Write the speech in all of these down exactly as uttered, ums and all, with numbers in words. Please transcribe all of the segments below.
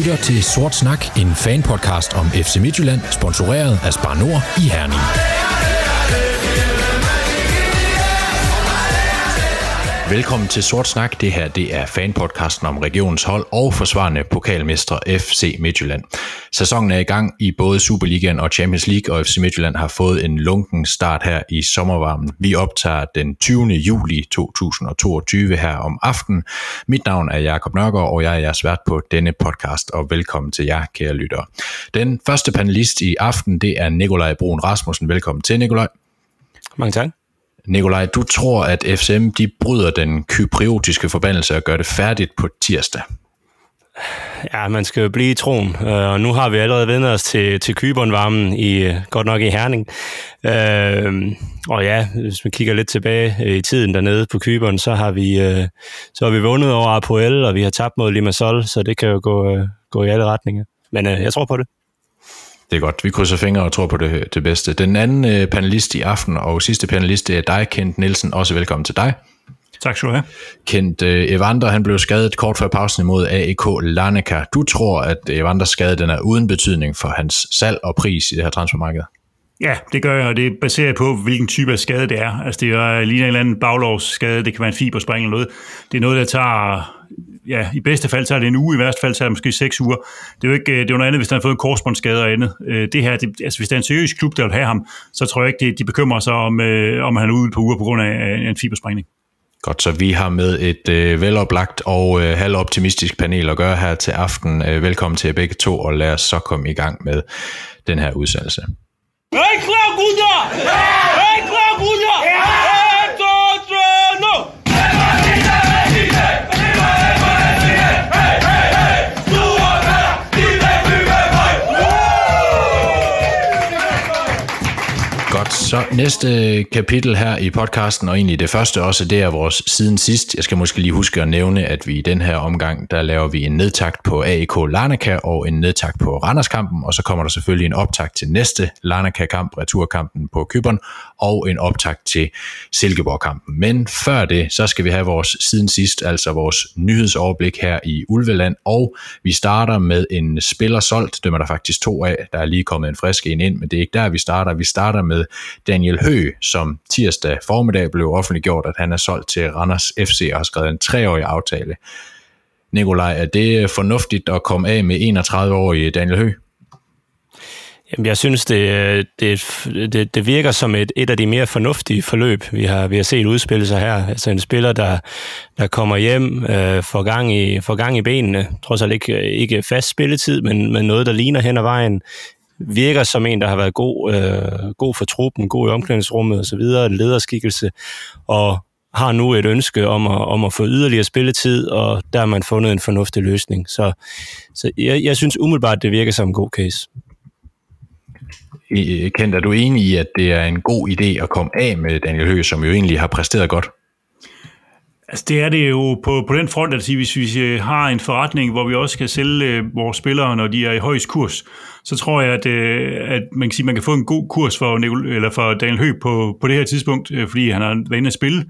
lytter til Sort Snak, en fanpodcast om F C Midtjylland, sponsoreret af Spar Nord i Herning. Velkommen til Sort Snak. Det her det er fanpodcasten om regionens hold og forsvarende pokalmestre F C Midtjylland. Sæsonen er i gang i både Superligaen og Champions League, og F C Midtjylland har fået en lunken start her i sommervarmen. Vi optager den tyvende juli to tusind og toogtyve her om aftenen. Mit navn er Jakob Nørgaard, og jeg er jeres vært på denne podcast, og velkommen til jer, kære lyttere. Den første panelist i aften, det er Nikolaj Brun Rasmussen. Velkommen til, Nikolaj. Mange tak. Nikolaj, du tror, at F C M de bryder den kypriotiske forbandelse og gør det færdigt på tirsdag? Ja, man skal jo blive i troen, og nu har vi allerede vendt os til, til Cypernvarmen, i, godt nok i Herning. Øh, og ja, hvis vi kigger lidt tilbage i tiden dernede på Cypern, så har vi, øh, så har vi vundet over Apoel, og vi har tabt mod Limassol, så det kan jo gå, øh, gå i alle retninger. Men øh, jeg tror på det. Det er godt. Vi krydser fingre og tror på det, det bedste. Den anden øh, panelist i aften og sidste panelist, det er dig, Kent Nielsen. Også velkommen til dig. Tak skal du have. Kent, øh, Evander, han blev skadet kort før pausen imod A E K Larnaca. Du tror, at Evanders skade den er uden betydning for hans salg og pris i det her transfermarked? Ja, det gør jeg, og det er baseret på, hvilken type af skade det er. Altså, det er lige en eller anden baglovsskade, det kan være en fibersprængning eller noget. Det er noget, der tager, ja, i bedste fald tager det en uge, i værste fald tager det måske seks uger. Det er jo ikke, det er jo noget andet, hvis han har fået en korsbåndsskade og andet. Det her, det, altså hvis der er en seriøs klub, der vil have ham, så tror jeg ikke, de bekymrer sig om, om han er ude på uger på grund af en fibersprængning. Godt, så vi har med et øh, veloplagt og øh, halvoptimistisk panel at gøre her til aften. Øh, velkommen til jer begge to, og lad os så komme i gang med den her udsendelse. Hey, klar, gutter! Hey, klar, gutter! Et, to, tre, nu! Godt, så næste kapitel her i podcasten, og egentlig det første også, det er vores siden sidst. Jeg skal måske lige huske at nævne, at vi i den her omgang, der laver vi en nedtakt på A E K Larnaca og en nedtakt på Randerskampen, og så kommer der selvfølgelig en optakt til næste Larnaca-kamp, returkampen på Cypern, og en optakt til Silkeborg-kampen. Men før det, så skal vi have vores siden sidst, altså vores nyhedsoverblik her i Ulveland, og vi starter med en spiller solgt, dem er der faktisk to af, der er lige kommet en frisk en ind, men det er ikke der, vi starter. Vi starter med Daniel Høgh, som tirsdag formiddag blev offentliggjort, at han er solgt til Randers F C og har skrevet en treårig aftale. Nikolaj, er det fornuftigt at komme af med enogtredive-årige Daniel Høgh? Jamen, jeg synes, det, det, det, det virker som et, et af de mere fornuftige forløb, vi har, vi har set udspille sig her. Altså en spiller, der, der kommer hjem, øh, får, gang i, får gang i benene, trods alt ikke, ikke fast spilletid, men, men noget, der ligner hen ad vejen. Virker som en, der har været god, øh, god for truppen, god i omklædningsrummet og så videre, lederskikkelse, og har nu et ønske om at, om at få yderligere spilletid, og der har man fundet en fornuftig løsning. Så, så jeg, jeg synes umiddelbart, det virker som en god case. Kent, er du enig i, at det er en god idé at komme af med Daniel Høgh, som jo egentlig har præsteret godt? Altså det er det jo på, på den front, at sige, hvis vi har en forretning, hvor vi også kan sælge vores spillere, når de er i højst kurs, så tror jeg, at, at man kan sige, man kan få en god kurs for, eller for Daniel Høgh på, på det her tidspunkt, fordi han har været inde at spille.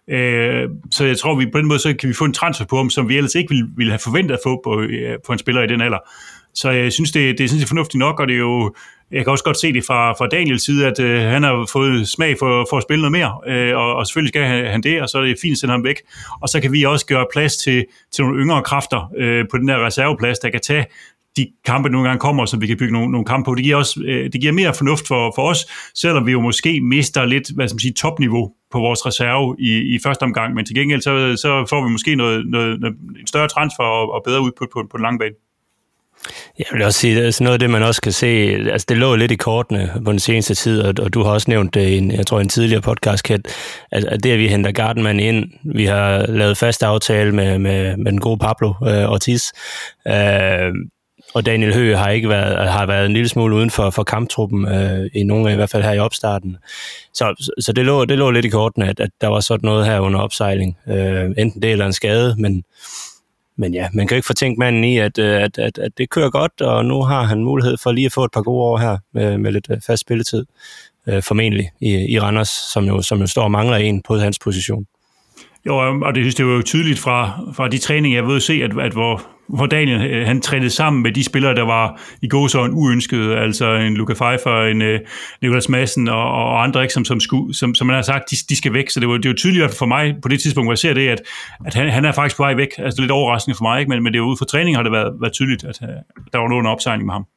Så jeg tror, vi på den måde så kan vi få en transfer på ham, som vi ellers ikke ville, ville have forventet at få på, på en spiller i den alder. Så jeg synes, det, det er sådan set fornuftigt nok, og det er jo, jeg kan også godt se det fra, fra Daniels side, at øh, han har fået smag for, for at spille noget mere, øh, og, og selvfølgelig skal han, han det, og så er det fint at sende ham væk. Og så kan vi også gøre plads til, til nogle yngre kræfter øh, på den der reserveplads, der kan tage de kampe, nogle gange kommer, så vi kan bygge nogle, nogle kampe på. Det giver, også, øh, det giver mere fornuft for, for os, selvom vi jo måske mister lidt, hvad skal man sige, topniveau på vores reserve i, i første omgang, men til gengæld så, så får vi måske noget, noget, noget, en større transfer og, og bedre ud på, på, på den lange bane. Jeg vil også sige, at noget af det, man også kan se, altså det lå lidt i kortene på den seneste tid, og, og du har også nævnt det i en, jeg tror, en tidligere podcast, Kent, at, at det, at vi henter Gardenman ind, vi har lavet fast aftale med, med, med den gode Pablo øh, Ortiz, øh, og Daniel Høgh har ikke været, har været en lille smule uden for, for kamptruppen, øh, i nogle, i hvert fald her i opstarten. Så, så det, lå, det lå lidt i kortene, at, at der var sådan noget her under opsejling, øh, enten det eller en skade, men Men ja, man kan ikke fortænke manden i, at, at, at, at det kører godt, og nu har han mulighed for lige at få et par gode år her med, med lidt fast spilletid, øh, formentlig i, i Randers, som jo, som jo står og mangler en på hans position. Jo, og det synes det var jo tydeligt fra, fra de træninger, jeg ved at se, at, at hvor, hvor Daniel han trænede sammen med de spillere, der var i gåseøjne uønskede, altså en Luka Pfeiffer, en uh, Nicolas Madsen og, og andre, ikke, som, som, sku, som, som man har sagt, de, de skal væk. Så det var, det var tydeligt for mig på det tidspunkt, hvor jeg ser det, at, at han, han er faktisk på vej væk. Altså det er lidt overraskende for mig, ikke? Men, men det er jo ude for træning har det været, været tydeligt, at uh, der var nogen opsejling med ham.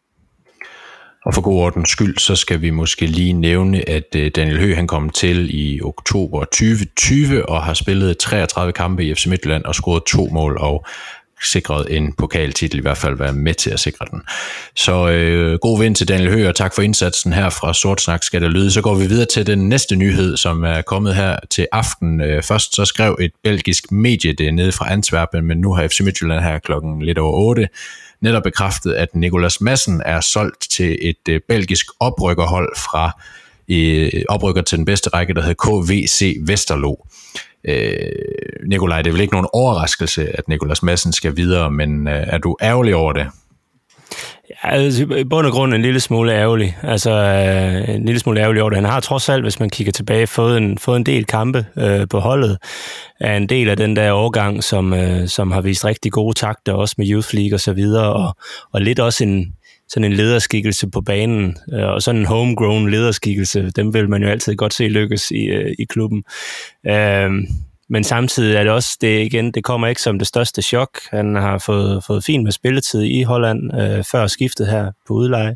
Og for god ordens skyld, så skal vi måske lige nævne, at Daniel Høgh han kom til i oktober tyve tyve og har spillet treogtredive kampe i F C Midtjylland og scoret to mål og sikret en pokaltitel, i hvert fald være med til at sikre den. Så øh, god vind til Daniel Høgh, og tak for indsatsen her fra Sort Snak skal der lyde. Så går vi videre til den næste nyhed, som er kommet her til aften. Øh, først så skrev et belgisk medie det nede fra Antwerpen, men nu har F C Midtjylland her klokken lidt over otte netop bekræftet, at Nicolas Madsen er solgt til et øh, belgisk oprykkerhold fra øh, oprykker til den bedste række, der hedder K V C Westerlo. Øh, Nikolaj, det er vel ikke nogen overraskelse, at Nicolas Madsen skal videre, men øh, er du ærgerlig over det? Ja, altså, i bund og grund en lille smule ærgerlig. Altså øh, en lille smule ærgerlig over det. Han har trods alt, hvis man kigger tilbage, fået en, fået en del kampe øh, på holdet. Er en del af den der årgang, som, øh, som har vist rigtig gode takter, også med Youth League og så videre, og, og lidt også en sådan en lederskikkelse på banen, øh, og sådan en homegrown lederskikkelse, dem vil man jo altid godt se lykkes i, øh, i klubben. Øh, Men samtidig er det også, det igen, det kommer ikke som det største chok. Han har fået, fået fint med spilletid i Holland, øh, før skiftet her på udleje.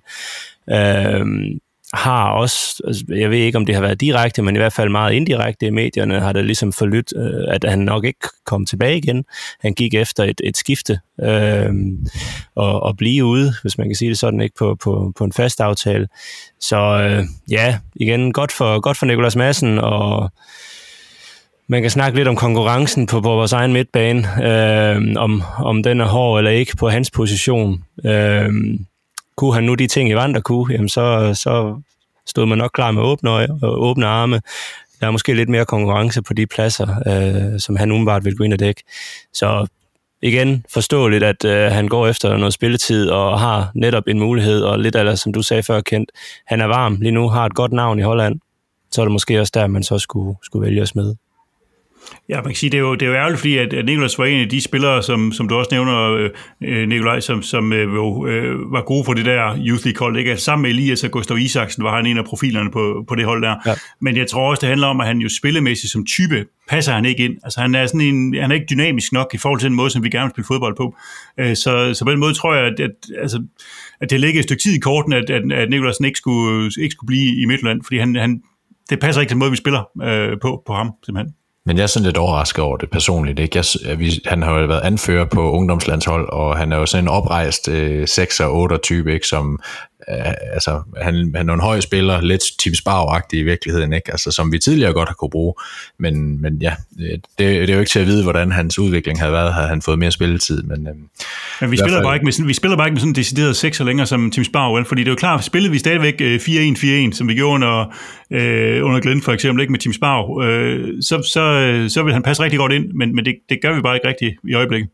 Øh, har også, jeg ved ikke om det har været direkte, men i hvert fald meget indirekte i medierne, har det ligesom forlydt, øh, at han nok ikke kom tilbage igen. Han gik efter et, et skifte, øh, og, og blive ude, hvis man kan sige det sådan, ikke på, på, på en fast aftale. Så øh, ja, igen, godt for, godt for Nicolas Madsen, og man kan snakke lidt om konkurrencen på, på vores egen midtbane, øh, om, om den er hård eller ikke på hans position. Øh, kunne han nu de ting, i Evander kunne, jamen så, så stod man nok klar med åbne øje og åbne arme. Der er måske lidt mere konkurrence på de pladser, øh, som han umiddelbart vil gå ind og dække. Så igen, forståeligt, at øh, han går efter noget spilletid og har netop en mulighed, og lidt af, som du sagde før, Kent, han er varm lige nu, har et godt navn i Holland, så er det måske også der, man så skulle, skulle vælge os med. Ja, man kan sige, det er jo, det er jo ærgerligt, fordi at, at Nicolas var en af de spillere, som, som du også nævner, øh, Nikolaj, som, som øh, jo, øh, var gode for det der Youth League-hold. Ikke? Sammen med Elias og Gustav Isaksen var han en af profilerne på, på det hold der. Ja. Men jeg tror også, det handler om, at han jo spillemæssigt som type passer han ikke ind. Altså han er, sådan en, han er ikke dynamisk nok i forhold til den måde, som vi gerne vil spille fodbold på. Øh, så, så på den måde tror jeg, at, at, altså, at det ligger et stykke tid i korten, at, at, at Nicolas ikke skulle, ikke skulle blive i Midtjylland, fordi han, han, det passer ikke til den måde, vi spiller øh, på, på ham, simpelthen. Men jeg er sådan lidt overrasket over det personligt. Ikke? Jeg, vi, han har jo været anfører på ungdomslandshold, og han er jo sådan en oprejst øh, seks og otte type, ikke? Som øh, altså, han, han er en høj spiller, lidt Tim Sparv-agtig i virkeligheden, ikke? Altså, som vi tidligere godt har kunne bruge. Men, men ja, det, det er jo ikke til at vide, hvordan hans udvikling havde været, havde han fået mere spilletid. Men, øh, men vi, spiller fald... bare ikke med sådan, vi spiller bare ikke med sådan en decideret sekser længere som Tim Sparv, fordi det er jo klart, spillede vi stadigvæk fire en fire en, som vi gjorde under, øh, under Glenn for eksempel, ikke med Tim Sparv, øh, så, så så vil han passe rigtig godt ind, men, men det, det gør vi bare ikke rigtigt i øjeblikket.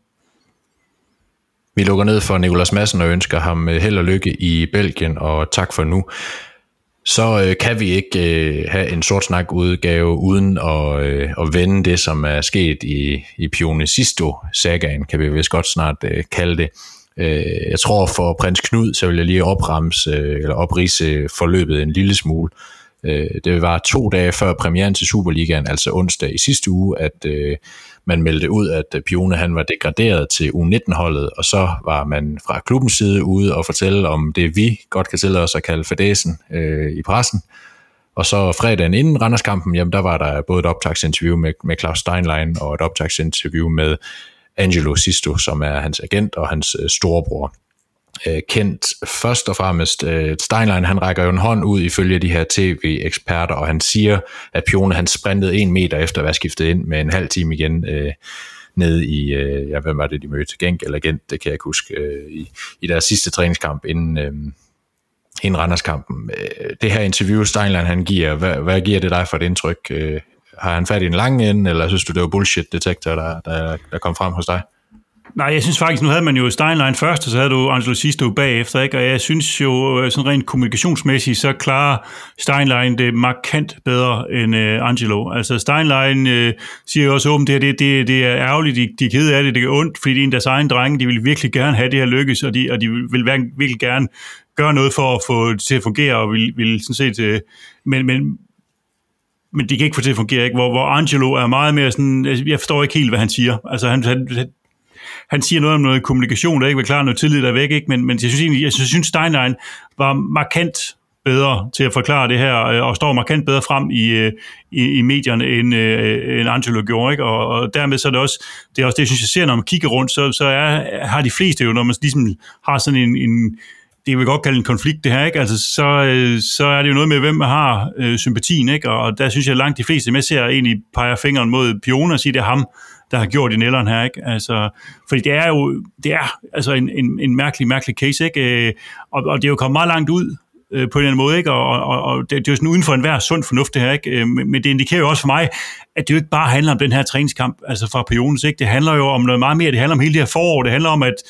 Vi lukker ned for Nicolas Madsen og ønsker ham held og lykke i Belgien, og tak for nu. Så øh, kan vi ikke øh, have en sort snak udgave uden at, øh, at vende det, som er sket i, i Pionicisto-sagaen, kan vi vist godt snart øh, kalde det. Øh, jeg tror for prins Knud, så vil jeg lige opremse, øh, eller oprise forløbet en lille smule. Det var to dage før premieren til Superligaen, altså onsdag i sidste uge, at øh, man meldte ud, at Pione han var degraderet til U nitten-holdet, og så var man fra klubbens side ude og fortælle om det, vi godt kan tillade os at kalde fadæsen øh, i pressen. Og så fredagen inden Randerskampen, jamen der var der både et optagsinterview med, med Claus Steinlein og et optagsinterview med Angelo Sisto, som er hans agent og hans øh, storebror. Kendt først og fremmest, Steinlein han rækker jo en hånd ud ifølge de her tv-eksperter, og han siger, at Pione han sprintede en meter efter at være skiftet ind med en halv time igen øh, nede i, øh, ja, hvem var det de mødte, Genk eller Gent, det kan jeg ikke huske, øh, i, i deres sidste træningskamp inden, øh, inden Randerskampen. Det her interview Steinlein han giver, hvad, hvad giver det dig for et indtryk? Øh, har han fat i en lang ende, eller synes du det var bullshit detektor, der, der, der kom frem hos dig? Nej, jeg synes faktisk, nu havde man jo Steinlein først, og så havde du Angelo Sisto bagefter, ikke? Og jeg synes jo, sådan rent kommunikationsmæssigt, så klarer Steinlein det markant bedre end uh, Angelo. Altså Steinlein uh, siger jo også åbent, det, det, det, det er ærgerligt, de, de er kede af det, det er ondt, fordi det er en deres egen drenge, de vil virkelig gerne have det her lykkes, og de, og de vil virkelig gerne gøre noget for at få det til at fungere, og vil, vil sådan set... Uh, men, men men de kan ikke få det til at fungere, ikke? Hvor, hvor Angelo er meget mere sådan... Jeg forstår ikke helt, hvad han siger. Altså, han... han Han siger noget om noget kommunikation, der ikke vil klare noget tillid, der er væk, ikke? Men, men jeg synes egentlig, jeg synes Steinlein var markant bedre til at forklare det her, og står markant bedre frem i, i, i medierne, end, end Angelo gjorde, ikke? Og, og dermed så er det også, det er også det, jeg synes, jeg ser, når man kigger rundt, så, så er, har de fleste jo, når man ligesom har sådan en, en det vil godt kalde en konflikt, det her, ikke? Altså, så, så er det jo noget med, hvem man har øh, sympatien, ikke? Og der synes jeg, langt de fleste med ser egentlig peger fingeren mod Pione og siger, det er ham, der har gjort i nælderen her, ikke? Altså, fordi det er jo det er altså en, en, en mærkelig, mærkelig case, ikke? Og, og det er jo kommet meget langt ud øh, på en eller anden måde, ikke? Og, og, og det, det er jo sådan uden for enhver sund fornuft, det her, ikke? Men det indikerer jo også for mig, at det jo ikke bare handler om den her træningskamp, altså fra Piones, ikke? Det handler jo om noget meget mere, det handler om hele det her forår, det handler om, at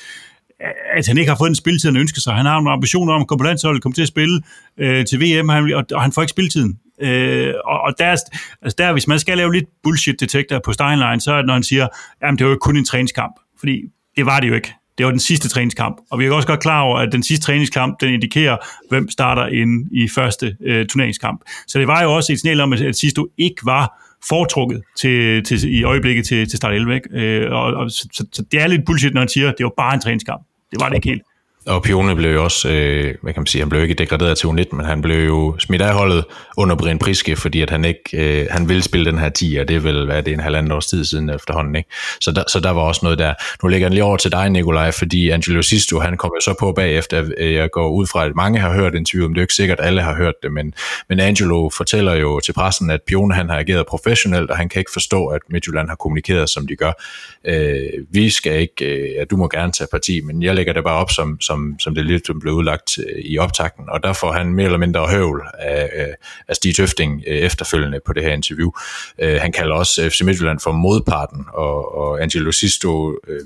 at han ikke har fået den spilletid, han ønsker sig. Han har nogle ambitioner om at komme på landsholdet, komme til at spille øh, til V M, og, og han får ikke spilletiden. Øh, og, og der, altså der, hvis man skal lave lidt bullshit-detektor på Steinlein, så er det, når han siger, jamen det var jo kun en træningskamp. Fordi det var det jo ikke. Det var den sidste træningskamp. Og vi er også godt klar over, at den sidste træningskamp, den indikerer, hvem starter inde i første øh, turneringskamp. Så det var jo også et signal om, at Sisto ikke var foretrukket til, til, i øjeblikket til, til start elleve. Ikke? Øh, og, og, så, så det er lidt bullshit, når han siger, at det var bare en træningskamp. Det var det ikke helt. Og Pione blev jo også, øh, hvad kan man sige, han blev ikke degraderet til U nitten, men han blev jo smidt af holdet under Brian Priske, fordi at han ikke, øh, han ville spille den her ti, og det vil være det en halvanden års tid siden efterhånden, ikke? Så der, så der var også noget der. Nu lægger jeg lige over til dig, Nikolaj, fordi Angelo Sisto, han kom jo så på bagefter, jeg går ud fra, at mange har hørt interviewet, men det er jo ikke sikkert, at alle har hørt det, men, men Angelo fortæller jo til pressen, at Pione, han har ageret professionelt, og han kan ikke forstå, at Midtjylland har kommunikeret, som de gør. Øh, vi skal ikke, øh, ja, du må gerne tage parti, men jeg lægger det bare op, som, som, som det lidt blev udlagt i optakten, og der får han mere eller mindre høvl af, af Stig Tøfting efterfølgende på det her interview. Han kalder også F C Midtjylland for modparten, og, og Angelo Sisto øh,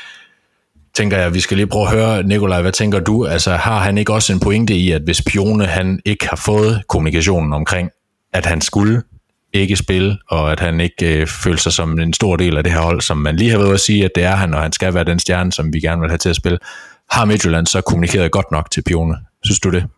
tænker jeg, vi skal lige prøve at høre, Nikolaj, hvad tænker du? Altså, har han ikke også en pointe i, at hvis Pione, han ikke har fået kommunikationen omkring, at han skulle ikke spille, og at han ikke øh, føler sig som en stor del af det her hold, som man lige har været at sige, at det er han, og han skal være den stjerne, som vi gerne vil have til at spille. Har Midtjylland så kommunikeret godt nok til Pione? Synes du det?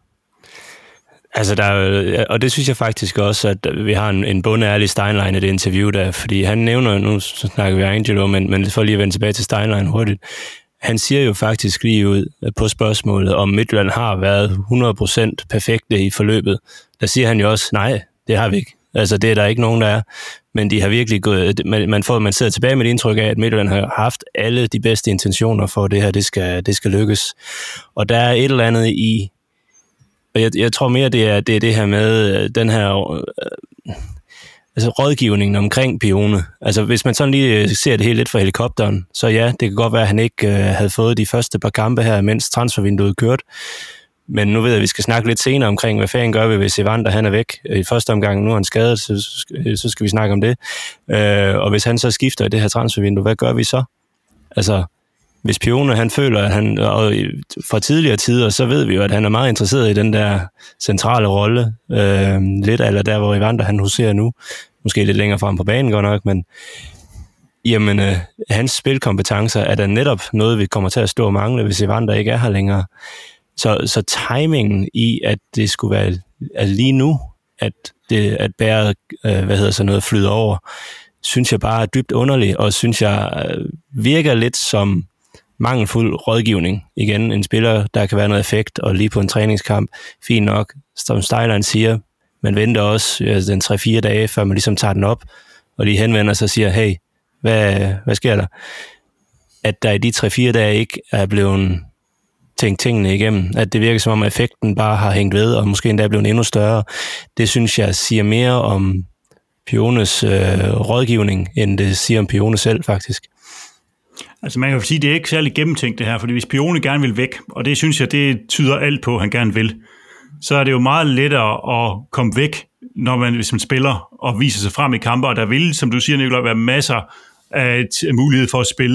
Altså, der, og det synes jeg faktisk også, at vi har en, en bundærlig Steinlein i det interview der, fordi han nævner, nu snakker vi Angelo, men, men for lige at vende tilbage til Steinlein hurtigt, han siger jo faktisk lige ud på spørgsmålet, om Midtjylland har været hundrede procent perfekte i forløbet. Der siger han jo også, nej, det har vi ikke. Altså, det er der ikke nogen, der er. Men de har virkelig gået... Man, man, får, man sidder tilbage med et indtryk af, at Midtjylland har haft alle de bedste intentioner for, at det her det skal, det skal lykkes. Og der er et eller andet i... Og jeg, jeg tror mere, det er, det er det her med den her... Øh, altså rådgivningen omkring Pione. Altså, hvis man sådan lige ser det helt lidt fra helikopteren, så ja, det kan godt være, at han ikke øh, havde fået de første par kampe her, mens transfervinduet kørte. Men nu ved jeg, at vi skal snakke lidt senere omkring, hvad fanden gør vi, hvis Evander han er væk i første omgang. Nu er han skadet, så, så skal vi snakke om det. Øh, og hvis han så skifter i det her transfervindue, hvad gør vi så? Altså, hvis Pione han føler, at han, og fra tidligere tider, så ved vi jo, at han er meget interesseret i den der centrale rolle. Øh, lidt eller der, hvor Evander han huserer nu. Måske lidt længere frem på banen godt nok, men jamen, øh, hans spilkompetencer er da netop noget, vi kommer til at stå og mangle, hvis Evander ikke er her længere. Så, så timingen i, at det skulle være at lige nu, at, det, at bæret, øh, hvad hedder så noget, flyder over, synes jeg bare er dybt underligt, og synes jeg øh, virker lidt som mangelfuld rådgivning. Igen, en spiller, der kan være noget effekt, og lige på en træningskamp, fint nok, som Steinlein siger, man venter også øh, den tre fire dage, før man ligesom tager den op, og lige henvender sig og siger, hey, hvad, hvad sker der? At der i de tre fire dage ikke er blevet tænkt tingene igennem, at det virker som om effekten bare har hængt ved, og måske endda blevet endnu større. Det synes jeg siger mere om Piones øh, rådgivning, end det siger om Pione selv, faktisk. Altså man kan jo sige, at det er ikke særlig gennemtænkt det her, fordi hvis Pione gerne vil væk, og det synes jeg, det tyder alt på, at han gerne vil, så er det jo meget lettere at komme væk, når man, hvis man spiller og viser sig frem i kamper, og der vil, som du siger, Nicolai, være masser af mulighed for at spille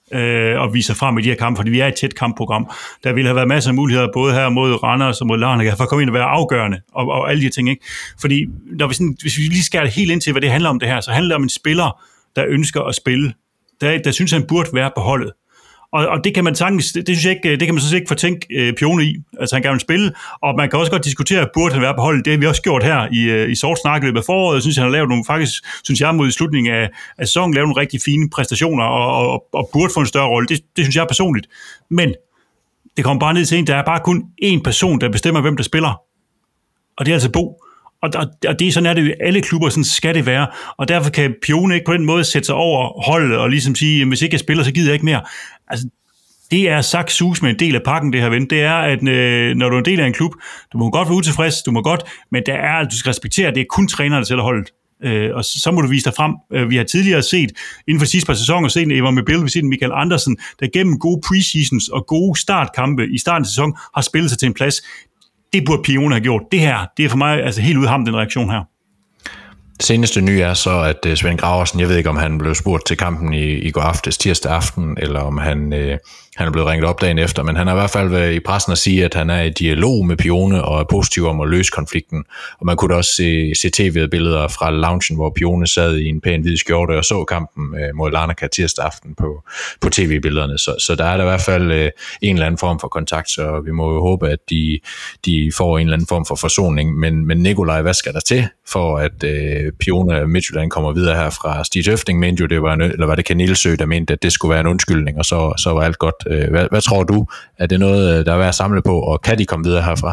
øh, og vise sig frem i de her kampe, fordi vi er et tæt kampprogram. Der ville have været masser af muligheder, både her mod Randers og mod Larnaca, for at komme ind og være afgørende, og, og alle de her ting, ikke? Fordi når vi sådan, hvis vi lige skærer det helt ind til, hvad det handler om det her, så handler det om en spiller, der ønsker at spille, der, der synes, han burde være på holdet. Og, og det kan man sagtens, det, det synes jeg ikke, det kan man sådan ikke fortænke øh, Pione i, altså han gerne vil spille, og man kan også godt diskutere, burde han være på holdet. Det har vi også gjort her i, øh, i Sort Snak i løbet af foråret. Jeg synes, han har lavet nogle, faktisk, synes jeg, mod slutningen af, af sæsonen, lavet nogle rigtig fine præstationer, og, og, og burde få en større rolle. Det, det synes jeg personligt. Men det kommer bare ned til en, der er bare kun én person, der bestemmer, hvem der spiller. Og det er altså Bo. Og, og, og det er sådan, er det jo alle klubber, sådan skal det være. Og derfor kan Pione ikke på den måde sætte sig over holdet og ligesom sige, hvis ikke jeg spiller, så gider jeg ikke mere. Altså, det er sagt sus med en del af pakken, det her ven. Det er, at øh, når du er en del af en klub, du må godt være utilfreds, du må godt, men der er, du skal respektere, at det er kun træneren, der sætter holdet. Øh, og så, så må du vise dig frem. Øh, vi har tidligere set, inden for sidste par sæsoner, set en Evan Mabel, vi har set en Michael Andersen, der gennem gode preseasons og gode startkampe i starten af sæsonen, har spillet sig til en plads. Det burde Pione have gjort. Det her, det er for mig altså helt ude af ham, den reaktion her. Det seneste nye er så, at Svend Graversen, jeg ved ikke, om han blev spurgt til kampen i, i går aftes, tirsdag aften, eller om han, øh, han er blevet ringet op dagen efter, men han har i hvert fald været i pressen at sige, at han er i dialog med Pione og er positiv om at løse konflikten. Og man kunne da også se, se tv-billeder fra loungen, hvor Pione sad i en pæn hvid skjorte og så kampen øh, mod Larnaca tirsdag aften på, på tv-billederne. Så, så der er der i hvert fald øh, en eller anden form for kontakt, så vi må jo håbe, at de, de får en eller anden form for forsoning. Men, men Nikolaj, hvad skal der til for, at øh, Pione Midtjylland kommer videre her fra? Stig Tøfting mente jo, det var en, eller var det Kanelsø, der mente, at det skulle være en undskyldning, og så, så var alt godt. Hvad, hvad tror du? Er det noget, der er værd at samle på, og kan de komme videre herfra?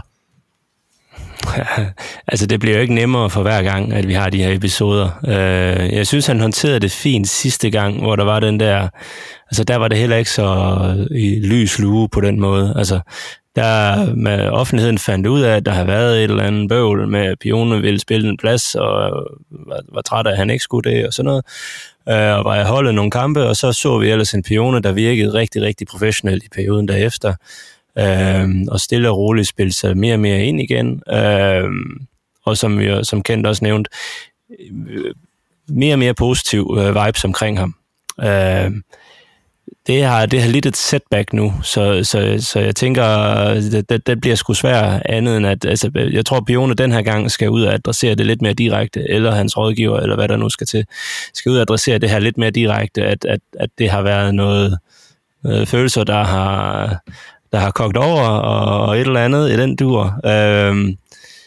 Altså, det bliver jo ikke nemmere for hver gang, at vi har de her episoder. Jeg synes, han håndterede det fint sidste gang, hvor der var den der... Altså, der var det heller ikke så i lys lue på den måde. Altså, der med offentligheden fandt ud af, at der har været et eller andet bøvl med, at Pione ville spille en plads, og var, var træt af, at han ikke skulle det, og sådan noget. Og var i holdet nogle kampe, og så så vi ellers en Pione, der virkede rigtig, rigtig professionelt i perioden derefter. Øhm, og stille og roligt spille sig mere og mere ind igen. Øhm, og som vi som Kent også nævnt, mere og mere positiv øh, vibes omkring ham. Øhm, det, har, det har lidt et setback nu, så, så, så jeg tænker, det, det, det bliver sgu svært andet end at, altså, jeg tror, Pione den her gang skal ud og adressere det lidt mere direkte, eller hans rådgiver, eller hvad der nu skal til, skal ud og adressere det her lidt mere direkte, at, at, at det har været noget, noget følelser, der har... der har kogt over, og et eller andet i den dur. Øhm,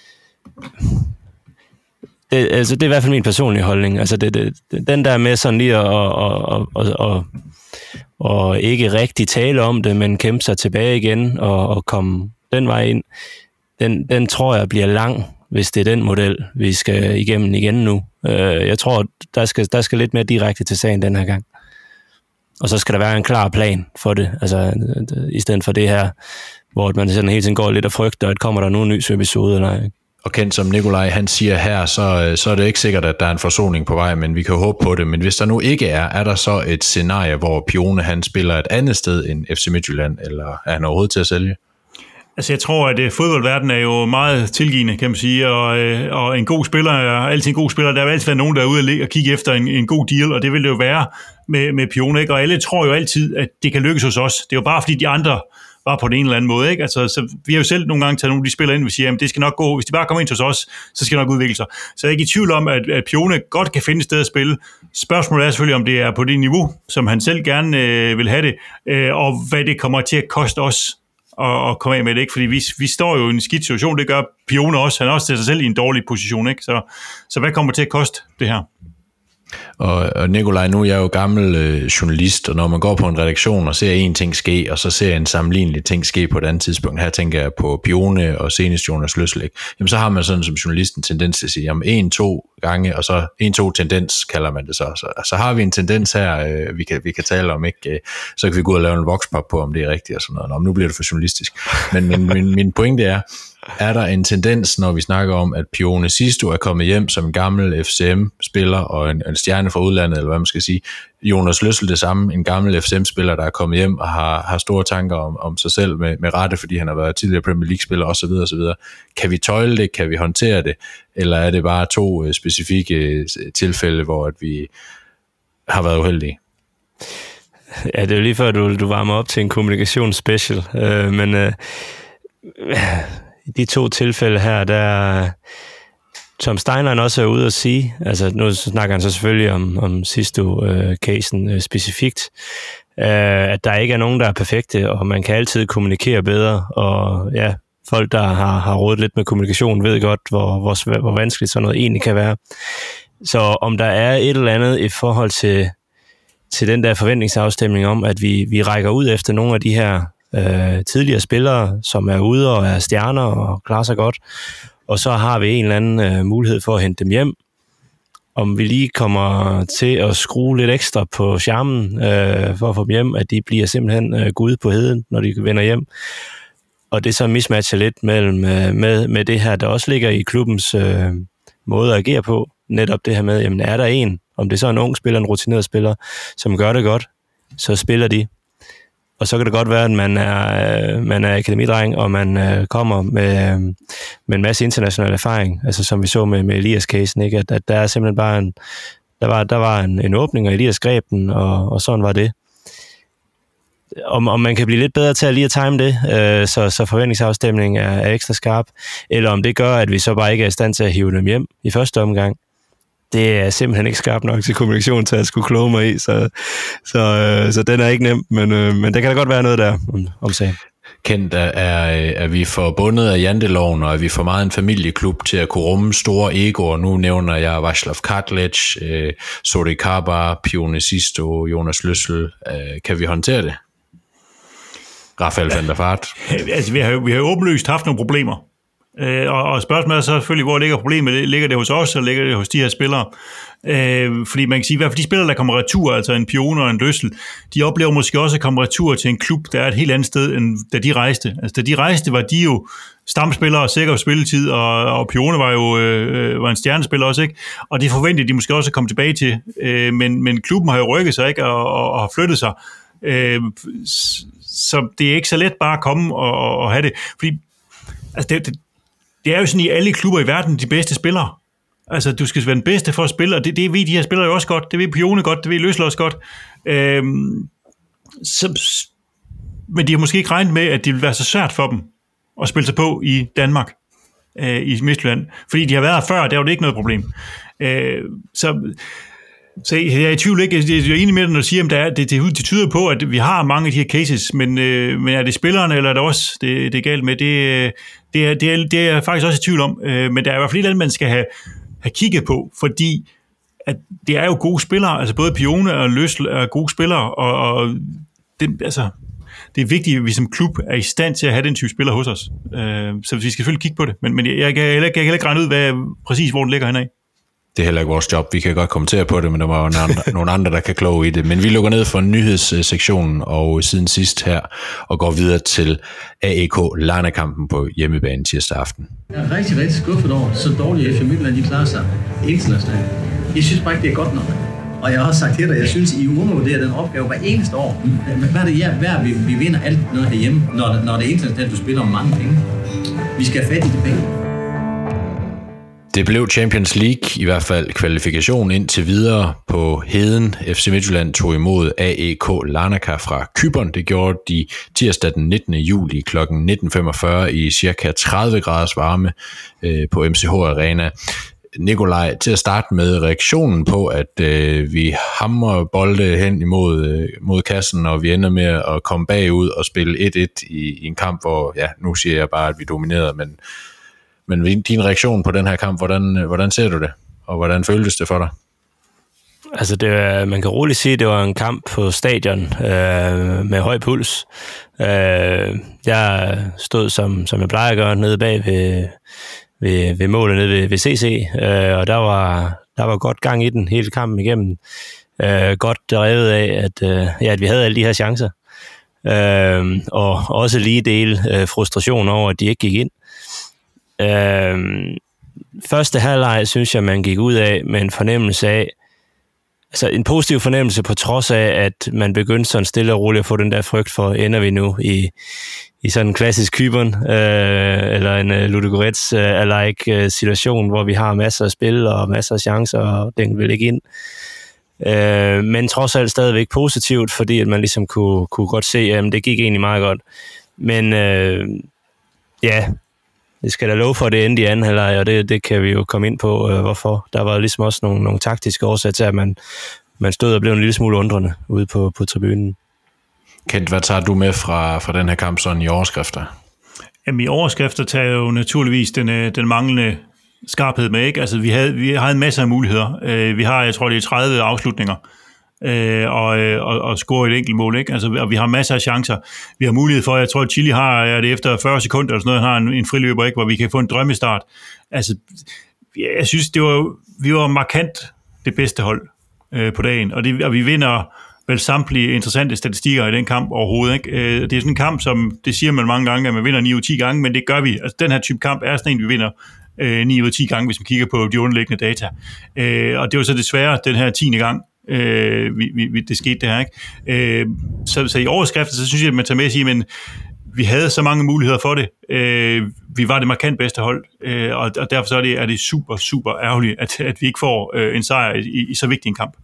det, altså, det er i hvert fald min personlige holdning. Altså, det, det, den der med sådan lige at og, og, og, og, og ikke rigtig tale om det, men kæmpe sig tilbage igen og, og komme den vej ind, den, den tror jeg bliver lang, hvis det er den model, vi skal igennem igen nu. Øh, jeg tror, der skal, der skal lidt mere direkte til sagen den her gang. Og så skal der være en klar plan for det, altså i stedet for det her, hvor man sådan hele tiden går lidt og frygter, at kommer der nu en ny episode eller ej. Og Kent, som Nikolaj han siger her, så, så er det ikke sikkert, at der er en forsoning på vej, men vi kan håbe på det. Men hvis der nu ikke er, er der så et scenarie, hvor Pione han spiller et andet sted end F C Midtjylland, eller er han overhovedet til at sælge? Altså jeg tror, at fodboldverdenen er jo meget tilgivende, kan man sige, og, og en god spiller er altid en god spiller. Der vil altid være nogen, der er ude og kigge efter en, en god deal, og det vil det jo være med, med Pione, ikke? Og alle tror jo altid, at det kan lykkes hos os. Det er jo bare fordi de andre var på den ene eller anden måde, ikke? Altså, så vi har jo selv nogle gange taget nogle af de spillere ind, og vi siger, at det skal nok gå, hvis de bare kommer ind hos os, så skal det nok udvikle sig. Så jeg er ikke i tvivl om, at, at Pione godt kan finde et sted at spille. Spørgsmålet er selvfølgelig, om det er på det niveau, som han selv gerne øh, vil have det, øh, og hvad det kommer til at koste os og komme af med det, ikke? Fordi vi, vi står jo i en skidt situation, det gør Pione også, han er også til sig selv i en dårlig position, ikke? Så, så hvad kommer til at koste det her? Og, og Nikolaj, nu er jeg jo gammel øh, journalist, og når man går på en redaktion og ser en ting ske, og så ser en sammenlignelig ting ske på et andet tidspunkt, her tænker jeg på Pione og senest Jonas Løslæk, jamen så har man sådan som journalist en tendens til at sige, jamen en, to gange, og så en, to tendens kalder man det så. Så, så har vi en tendens her, øh, vi, kan, vi kan tale om, ikke? Øh, så kan vi gå ud og lave en voxpop på, om det er rigtigt og sådan noget. Nå, nu bliver det for journalistisk. Men min, min, min pointe er, er der en tendens, når vi snakker om, at Pione sidste år er kommet hjem som en gammel F C M-spiller og en, en stjerne fra udlandet, eller hvad man skal sige. Jonas Løssel det samme, en gammel F C M-spiller, der er kommet hjem og har, har store tanker om, om sig selv med, med rette, fordi han har været tidligere Premier League-spiller osv. osv. Kan vi tøjle det? Kan vi håndtere det? Eller er det bare to uh, specifikke tilfælde, hvor at vi har været uheldige? Ja, det er jo lige før, du, du varmer op til en kommunikationsspecial, øh, men øh, i de to tilfælde her, der Tom Steinlein også er ude at sige, altså nu snakker han så selvfølgelig om, om sidste øh, casen øh, specifikt, øh, at der ikke er nogen, der er perfekte, og man kan altid kommunikere bedre, og ja, folk, der har, har rådet lidt med kommunikation, ved godt, hvor, hvor, hvor vanskeligt sådan noget egentlig kan være. Så om der er et eller andet i forhold til, til den der forventningsafstemning om, at vi, vi rækker ud efter nogle af de her øh, tidligere spillere, som er ude og er stjerner og klarer sig godt, og så har vi en eller anden øh, mulighed for at hente dem hjem. Om vi lige kommer til at skrue lidt ekstra på charmen øh, for at få dem hjem, at de bliver simpelthen øh, Gud på heden, når de vender hjem. Og det så mismatcher lidt mellem, øh, med, med det her, der også ligger i klubbens øh, måde at agere på. Netop det her med, jamen er der en, om det så er en ung spiller, en rutineret spiller, som gør det godt, så spiller de. Og så kan det godt være, at man er, øh, man er akademidreng, og man øh, kommer med, øh, med en masse international erfaring, altså som vi så med, med Elias-casen, ikke? At, at der er simpelthen bare en, der var, der var en, en åbning, og Elias greb den, og, og sådan var det. Om, om man kan blive lidt bedre til at lige at time det, øh, så, så forventningsafstemningen er, er ekstra skarp, eller om det gør, at vi så bare ikke er i stand til at hive dem hjem i første omgang. Det er simpelthen ikke skarpt nok til kommunikation til at skulle kloge mig i, så, så, øh, så den er ikke nem, men, øh, men der kan da godt være noget der om, om sagen. Kendt er, er vi forbundet af janteloven, og er vi for meget en familieklub til at kunne rumme store egoer. Nu nævner jeg Václav Karlic, øh, Sori Kabar, Pione Sisto, Jonas Løssel. Øh, kan vi håndtere det? Rafael van der Vaart. Altså, vi har, vi har åbenlyst haft nogle problemer. Øh, og, og spørgsmålet er så selvfølgelig, hvor ligger problemet? Ligger det hos os, eller ligger det hos de her spillere? Øh, fordi man kan sige, i hvert fald de spillere, der kommer retur, altså en Pione og en Løssel, de oplever måske også at komme retur til en klub, der er et helt andet sted, end da de rejste. Altså, da de rejste, var de jo stamspillere og sikker spilletid, og, og Pione var jo øh, var en stjernespiller også, ikke? Og det forventede de måske også at komme tilbage til. Øh, men, men klubben har jo rykket sig, ikke? Og, og, og har flyttet sig. Øh, så det er ikke så let bare at komme og, og, og have det. Fordi altså det, det, det er jo sådan i alle klubber i verden, de bedste spillere. Altså, du skal være den bedste for at spille, og det, det ved de her spillere jo også godt. Det ved Pione godt, det ved Løssel også godt. Øhm, så, men de har måske ikke regnet med, at det vil være så svært for dem at spille sig på i Danmark, øh, i Midtjylland. Fordi de har været her før, og der var det ikke noget problem. Øh, så... Så jeg er i tvivl ikke, jeg er enig med dig, når du siger, at det, det, det tyder på, at vi har mange af de her cases, men, øh, men er det spillerne, eller er det også det, det er galt med? Det, det, er, det, er, det er jeg faktisk også i tvivl om, øh, men der er i hvert fald et eller andet, man skal have, have kigget på, fordi at det er jo gode spillere, altså både Pione og Løssel er gode spillere, og, og det, altså, det er vigtigt, at vi som klub er i stand til at have den type spillere hos os. Øh, så vi skal selvfølgelig kigge på det, men, men jeg, jeg, kan heller, jeg kan heller ikke regne ud, hvad, præcis hvor den ligger henad. Det er heller ikke vores job. Vi kan godt kommentere på det, men der var jo nogle andre, nogle andre, der kan kloge i det. Men vi lukker ned for nyhedssektionen og siden sidst her, og går videre til A E K Larnakampen på hjemmebane tirsdag aften. Jeg er rigtig, rigtig skuffet over, så dårligt F C Midtjylland, de klarer sig internationalt. Jeg synes bare ikke, det er godt nok. Og jeg har også sagt til dig, jeg synes, I undervurderer den opgave hver eneste år. Hvad er det, ja, hver vi, vi vinder alt noget herhjemme, når, når det er internationalt, du spiller om mange penge. Vi skal have fat i de penge. Det blev Champions League, i hvert fald kvalifikation indtil videre på Heden. F C Midtjylland tog imod A E K Larnaca fra Cypern. Det gjorde de tirsdag den nittende juli kl. nitten femogfyrre i cirka tredive graders varme øh, på M C H Arena. Nikolaj, til at starte med reaktionen på, at øh, vi hamrer bolde hen imod øh, mod kassen, og vi ender med at komme bagud og spille et et i, i en kamp, hvor, ja, nu siger jeg bare, at vi dominerede, men Men din reaktion på den her kamp, hvordan, hvordan ser du det? Og hvordan føltes det for dig? Altså, det, man kan roligt sige, at det var en kamp på stadion øh, med høj puls. Øh, jeg stod, som, som jeg plejer at gøre, nede bag ved, ved, ved målet nede ved, ved C C, øh, og der var, der var godt gang i den hele kampen igennem. Øh, godt drevet af, at, øh, ja, at vi havde alle de her chancer. Øh, og også lige del øh, frustration over, at de ikke gik ind. Øhm, første halvleg synes jeg, man gik ud af med en fornemmelse af, altså en positiv fornemmelse på trods af, at man begyndte sådan stille og roligt at få den der frygt for, ender vi nu i, i sådan en klassisk Cypern, øh, eller en uh, Ludogorets uh, alike uh, situation, hvor vi har masser af spil og masser af chancer, og den vil ikke ind. Øh, men trods alt stadigvæk positivt, fordi at man ligesom kunne, kunne godt se, at det gik egentlig meget godt. Men øh, ja, det skal da love for, at det endte i anden halvleg, og det, det kan vi jo komme ind på, øh, hvorfor. Der var ligesom også nogle, nogle taktiske årsager til, at man, man stod og blev en lille smule undrende ude på, på tribunen. Kent, hvad tager du med fra, fra den her kamp sådan i overskrifter? Jamen i overskrifter tager jeg jo naturligvis den, den manglende skarphed med, ikke? Altså vi havde, vi havde en masse af muligheder. Øh, vi har, jeg tror det er tredive afslutninger, øh, og, og, og score et enkelt mål, ikke? Altså, og vi har masser af chancer. Vi har mulighed for, jeg tror at Chile har, er det efter fyrre sekunder eller sådan noget, har en, en friløber, ikke? Hvor vi kan få en drømmestart. Altså, jeg synes, det var, vi var markant det bedste hold øh, på dagen, og, det, og vi vinder vel samtlige interessante statistikker i den kamp overhovedet, ikke? Øh, det er sådan en kamp, som, det siger man mange gange, at man vinder ni ud af ti gange, men det gør vi. Altså, den her type kamp er sådan en, vi vinder øh, ni ud af ti gange, hvis man kigger på de underliggende data. Øh, og det var så desværre den her tiende gang, øh, vi, vi, det skete det her, ikke? Øh, så, så i overskriften, så synes jeg, at man tager med at sige, men vi havde så mange muligheder for det. Øh, vi var det markant bedste hold, øh, og, og derfor så er det, er det super, super ærgerligt, at, at vi ikke får øh, en sejr i, i så vigtig en kamp.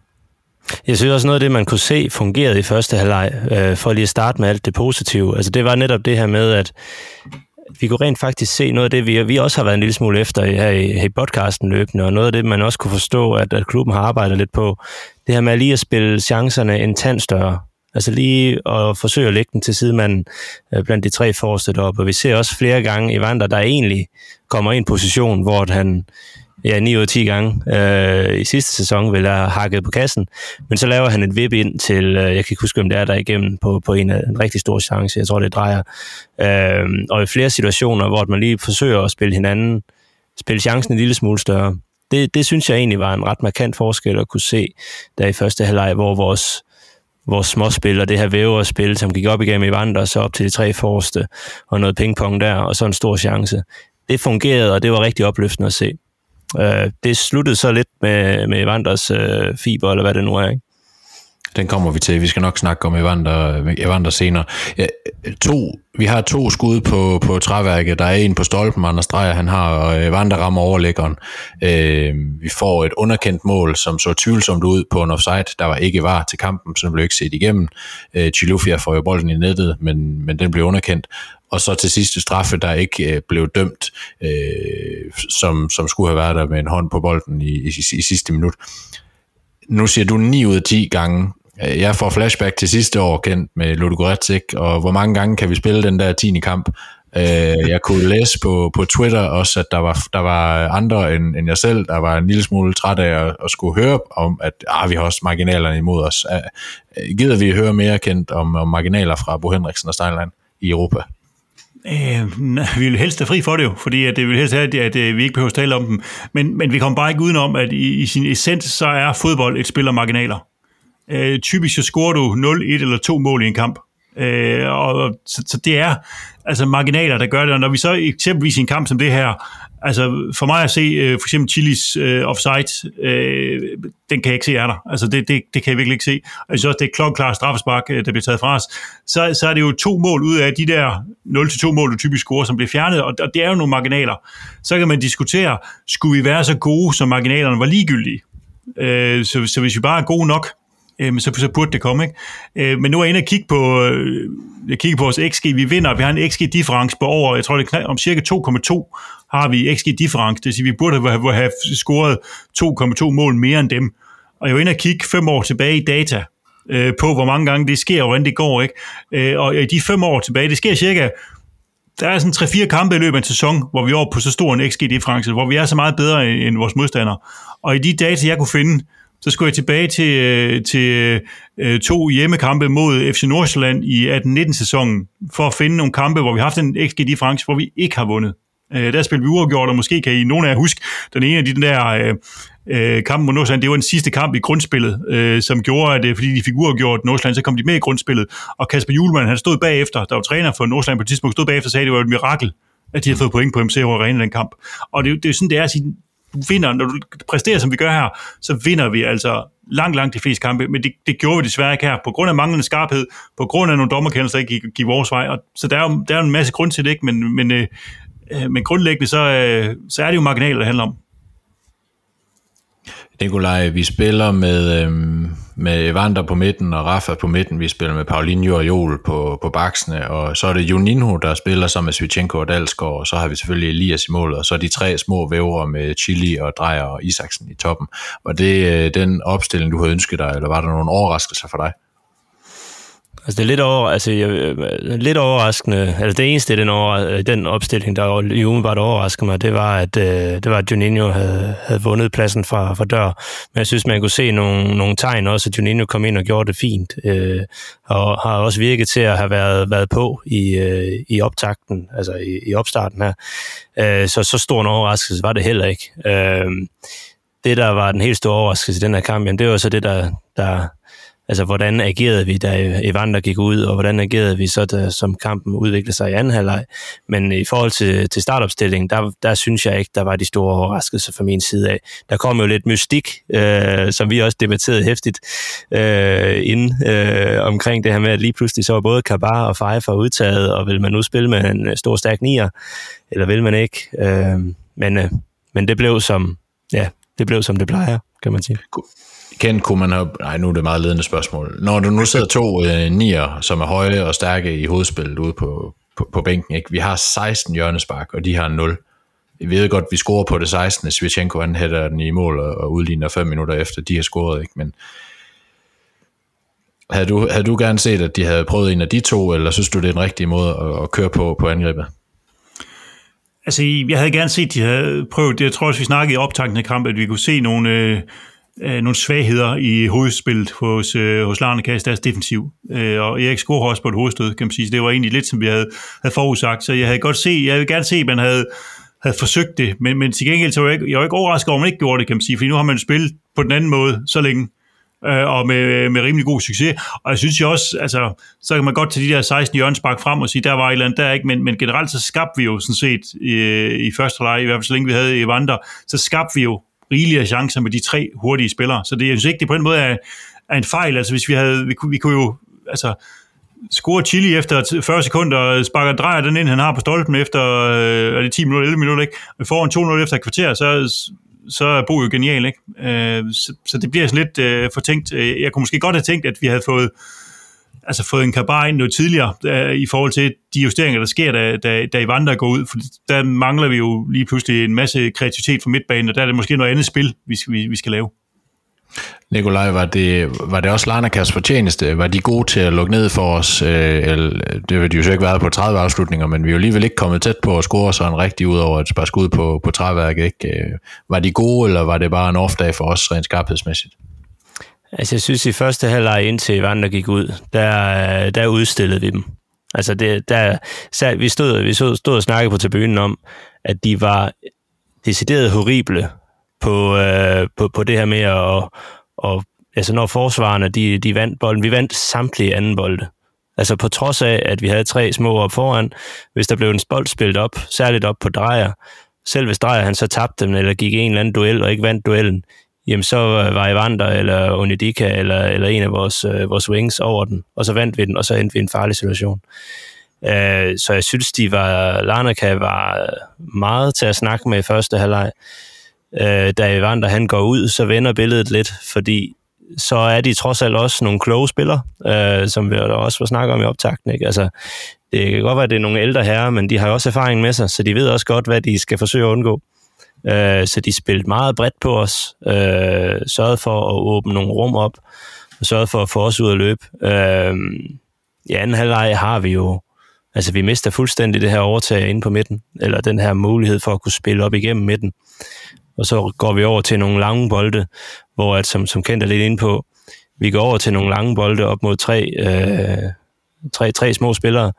Jeg synes også noget af det, man kunne se fungerede i første halvleg, øh, for lige at starte med alt det positive. Altså det var netop det her med, at vi kunne rent faktisk se noget af det, vi, vi også har været en lille smule efter her i, her i podcasten løbende, og noget af det, man også kunne forstå, at, at klubben har arbejdet lidt på, det her med lige at spille chancerne en tand større. Altså lige at forsøge at lægge den til sidemanden øh, blandt de tre forreste deroppe. Og vi ser også flere gange Evander, der egentlig kommer i en position, hvor han ja, ni ud af ti gange øh, i sidste sæson vil have hakket på kassen, men så laver han et vip ind til, øh, jeg kan ikke huske, om det er der igennem, på, på en, en rigtig stor chance, jeg tror, det drejer. Øh, og i flere situationer, hvor man lige forsøger at spille hinanden, spille chancen en lille smule større. Det, det synes jeg egentlig var en ret markant forskel at kunne se, der i første halvleg, hvor vores vores småspil og det her væverspil, som gik op igennem Evander, så op til de tre forreste, og noget pingpong der, og så en stor chance. Det fungerede, og det var rigtig opløftende at se. Uh, det sluttede så lidt med, med Evanders uh, fiber, eller hvad det nu er, ikke? Den kommer vi til. Vi skal nok snakke om Evander, Evander senere. Ja, to, vi har to skud på, på træværket. Der er en på stolpen, Anders Dreyer, han har, og Evander rammer overlæggeren. Øh, vi får et underkendt mål, som så tvivlsomt ud på en offside. Der var ikke var til kampen, så den blev ikke set igennem. Øh, Chilufya får jo bolden i nettet, men, men den blev underkendt. Og så til sidste straffe, der ikke øh, blev dømt, øh, som, som skulle have været der med en hånd på bolden i, i, i sidste minut. Nu siger du ni ud af ti gange. Jeg får flashback til sidste år, kendt med Ludogorets, ikke? Og hvor mange gange kan vi spille den der tiende kamp? Jeg kunne læse på, på Twitter også, at der var, der var andre end, end jeg selv, der var en lille smule træt af at, at skulle høre om, at ah, vi har også marginalerne imod os. Gider vi høre mere, kendt om, om marginaler fra Bo Henriksen og Steinlein i Europa? Øh, vi vil helst have fri for det jo, fordi at det vil helst have, at, at, at vi ikke behøver at tale om dem. Men, men vi kommer bare ikke udenom, at i, i sin essens, så er fodbold et spil af marginaler. Øh, typisk så scorer du nul, et eller to mål i en kamp. Øh, og, så, så det er altså marginaler, der gør det. Og når vi så eksempelvis i en kamp som det her, altså for mig at se øh, for eksempel Chilis øh, offside, øh, den kan jeg ikke se er der. Altså det, det, det kan jeg virkelig ikke se. Og jeg synes også, det er klokkeklart straffespark, der bliver taget fra os. Så, så er det jo to mål ud af de der nul til to mål, du typisk scorer, som bliver fjernet, og, og det er jo nogle marginaler. Så kan man diskutere, skulle vi være så gode, som marginalerne var ligegyldige? Øh, så, så hvis vi bare er gode nok, Så, så burde det komme, ikke? Men nu er jeg inde og kigge på, jeg kigger på vores X G. Vi vinder, vi har en X G-difference på over, jeg tror det er om cirka to komma to har vi X G-difference. Det vil sige, vi burde have, have scoret to komma to mål mere end dem. Og jeg er inde og kigge fem år tilbage i data øh, på, hvor mange gange det sker, og hvordan det går, ikke? Øh, og i de fem år tilbage, det sker cirka, der er sådan tre-fire kampe i løbet af en sæson, hvor vi er oppe på så stor en X G-difference, hvor vi er så meget bedre end vores modstandere. Og i de data, jeg kunne finde, så skulle jeg tilbage til, til øh, to hjemmekampe mod F C Nordsjælland i atten nitten sæsonen, for at finde nogle kampe, hvor vi har haft en X G-difference, hvor vi ikke har vundet. Øh, der spillede vi uafgjort, og måske kan I nogen af jer huske, den ene af de der øh, øh, kampe mod Nordsjælland, det var den sidste kamp i grundspillet, øh, som gjorde, at fordi de fik uafgjort Nordsjælland, så kom de med i grundspillet. Og Kasper Hjulmand, han stod bagefter, der var træner for Nordsjælland på et tidspunkt, stod bagefter og sagde, at det var et mirakel, at de havde fået point på M C Arena i den kamp. Og det, det er sådan, det er at sige, du vinder, når du præsterer, som vi gør her, så vinder vi altså langt, langt de fleste kampe, men det, det gjorde vi desværre ikke her, på grund af manglende skarphed, på grund af nogle dommerkendelser, der ikke gik, gik vores vej, og så der er jo der er en masse grund til det, ikke? Men, men, øh, men grundlæggende, så, øh, så er det jo marginaler, det handler om. Nikolaj, vi spiller med, øhm, med Evander på midten og Rafa på midten. Vi spiller med Paulinho og Joel på, på baksene, og så er det Juninho, der spiller sammen med Sviatchenko og Dalsgaard, og så har vi selvfølgelig Elias i målet, og så er de tre små vævere med Chili og Dreyer og Isaksen i toppen. Var det øh, den opstilling, du havde ønsket dig, eller var der nogle overraskelser for dig? Altså det er lidt, over, altså, lidt overraskende, altså det eneste i den, over, den opstilling, der jo umiddelbart overraskede mig, det var, at, det var, at Juninho havde, havde vundet pladsen fra, fra dør. Men jeg synes, man kunne se nogle, nogle tegn også, at Juninho kom ind og gjorde det fint, øh, og har også virket til at have været, været på i, øh, i optakten, altså i, i opstarten her. Øh, så så stor en overraskelse var det heller ikke. Øh, det, der var den helt store overraskelse i den her kamp, jamen, det var så det, der... der Altså, hvordan agerede vi, da Evander gik ud, og hvordan agerede vi så, da, som kampen udviklede sig i anden halvleg. Men i forhold til, til startopstillingen, der, der synes jeg ikke, der var de store overraskelser fra min side af. Der kom jo lidt mystik, øh, som vi også debatterede hæftigt øh, inden øh, omkring det her med, at lige pludselig så var både Kabar og Pfeiffer udtaget, og vil man nu spille med en stor stærk nier, eller vil man ikke? Øh, men, øh, men det blev som, ja, det blev som det plejer, kan man sige. Ken, kunne man have... Nej, nu er det meget ledende spørgsmål. Når du nu sidder to øh, nier, som er høje og stærke i hovedspillet ude på, på, på bænken, ikke? Vi har seksten hjørnespark, og de har nul. Vi ved godt, vi scorer på det sekstende Sviatchenko, han hætter den i mål og, og udligner fem minutter efter, de har scoret, ikke? Men havde du, havde du gerne set, at de havde prøvet en af de to, eller synes du, det er den rigtige måde at, at køre på, på angrebet? Altså, jeg havde gerne set, at de havde prøvet det. Jeg tror også, vi snakkede i optakten af kamp, at vi kunne se nogle... Øh nogle svagheder i hovedspillet hos, øh, hos Larnakas, deres defensiv. Øh, og Erik scorer også på et hovedstød, kan man sige. Så det var egentlig lidt, som vi havde, havde forudsagt. Så jeg havde godt se, jeg havde gerne se, at man havde, havde forsøgt det. Men, men til gengæld, så var jeg, jeg var ikke overrasket over, at man ikke gjorde det, kan man sige. Fordi nu har man spillet på den anden måde så længe, øh, og med, med rimelig god succes. Og jeg synes jo også, altså, så kan man godt tage de der seksten hjørnespark frem og sige, der var et eller andet der, ikke? Men, men generelt så skabte vi jo sådan set i, i første halvleg, i hvert fald så længe vi havde Evander, så skabte vi jo rigelige chancer med de tre hurtige spillere. Så det, jeg synes ikke, det på en måde er, er en fejl. Altså hvis vi havde, vi kunne, vi kunne jo altså score Chili efter fyrre sekunder, og sparker drejer den ind, han har på stolpen efter øh, er det ti minutter, elleve minutter, ikke? Og får en to nul efter et kvarter, så, så er Bo jo genial, ikke? Øh, så, så det bliver sådan lidt øh, fortænkt. Jeg kunne måske godt have tænkt, at vi havde fået altså fået en Kabar ind noget tidligere uh, i forhold til de justeringer, der sker, da, da, da Evander går ud. For der mangler vi jo lige pludselig en masse kreativitet fra midtbanen, og der er det måske noget andet spil, vi skal, vi, vi skal lave. Nikolaj, var det, var det også Larnakas fortjeneste? Var de gode til at lukke ned for os? Øh, eller, det vil de jo så ikke været på tredive afslutninger, men vi er jo alligevel ikke kommet tæt på at score sådan rigtig ud over et par skud på, på træværket. Ikke? Var de gode, eller var det bare en off-dag for os rent skarphedsmæssigt? Altså, jeg synes, i første halvleg indtil Evander gik ud, der, der udstillede vi dem. Altså, det, der, så vi stod, vi stod, stod og snakkede på tribunen om, at de var decideret horrible på, øh, på, på det her med at... Og, altså, når forsvarerne, de, de vandt bolden, vi vandt samtlige anden bolde. Altså, på trods af, at vi havde tre små op foran, hvis der blev en bold spillet op, særligt op på Dreyer, selv hvis Dreyer han så tabte dem, eller gik i en eller anden duel og ikke vandt duellen, jamen så var Evander eller Onidika eller, eller en af vores, øh, vores wings over den, og så vandt vi den, og så endte vi i en farlig situation. Øh, så jeg synes, de var, Larnaka var meget til at snakke med i første halvleg. Øh, da Evander han går ud, så vender billedet lidt, fordi så er de trods alt også nogle kloge spillere, øh, som vi også var snakket om i optakten. Ikke? Altså, det kan godt være, at det er nogle ældre herrer, men de har også erfaring med sig, så de ved også godt, hvad de skal forsøge at undgå. Uh, så de spillede meget bredt på os, uh, sørgede for at åbne nogle rum op, og sørgede for at få os ud at løbe. Uh, I anden halvleg har vi jo, altså vi mister fuldstændig det her overtag inde på midten, eller den her mulighed for at kunne spille op igennem midten. Og så går vi over til nogle lange bolde, hvor at, som, som Kent er lidt inde på, vi går over til nogle lange bolde op mod tre, uh, tre, tre små spillere,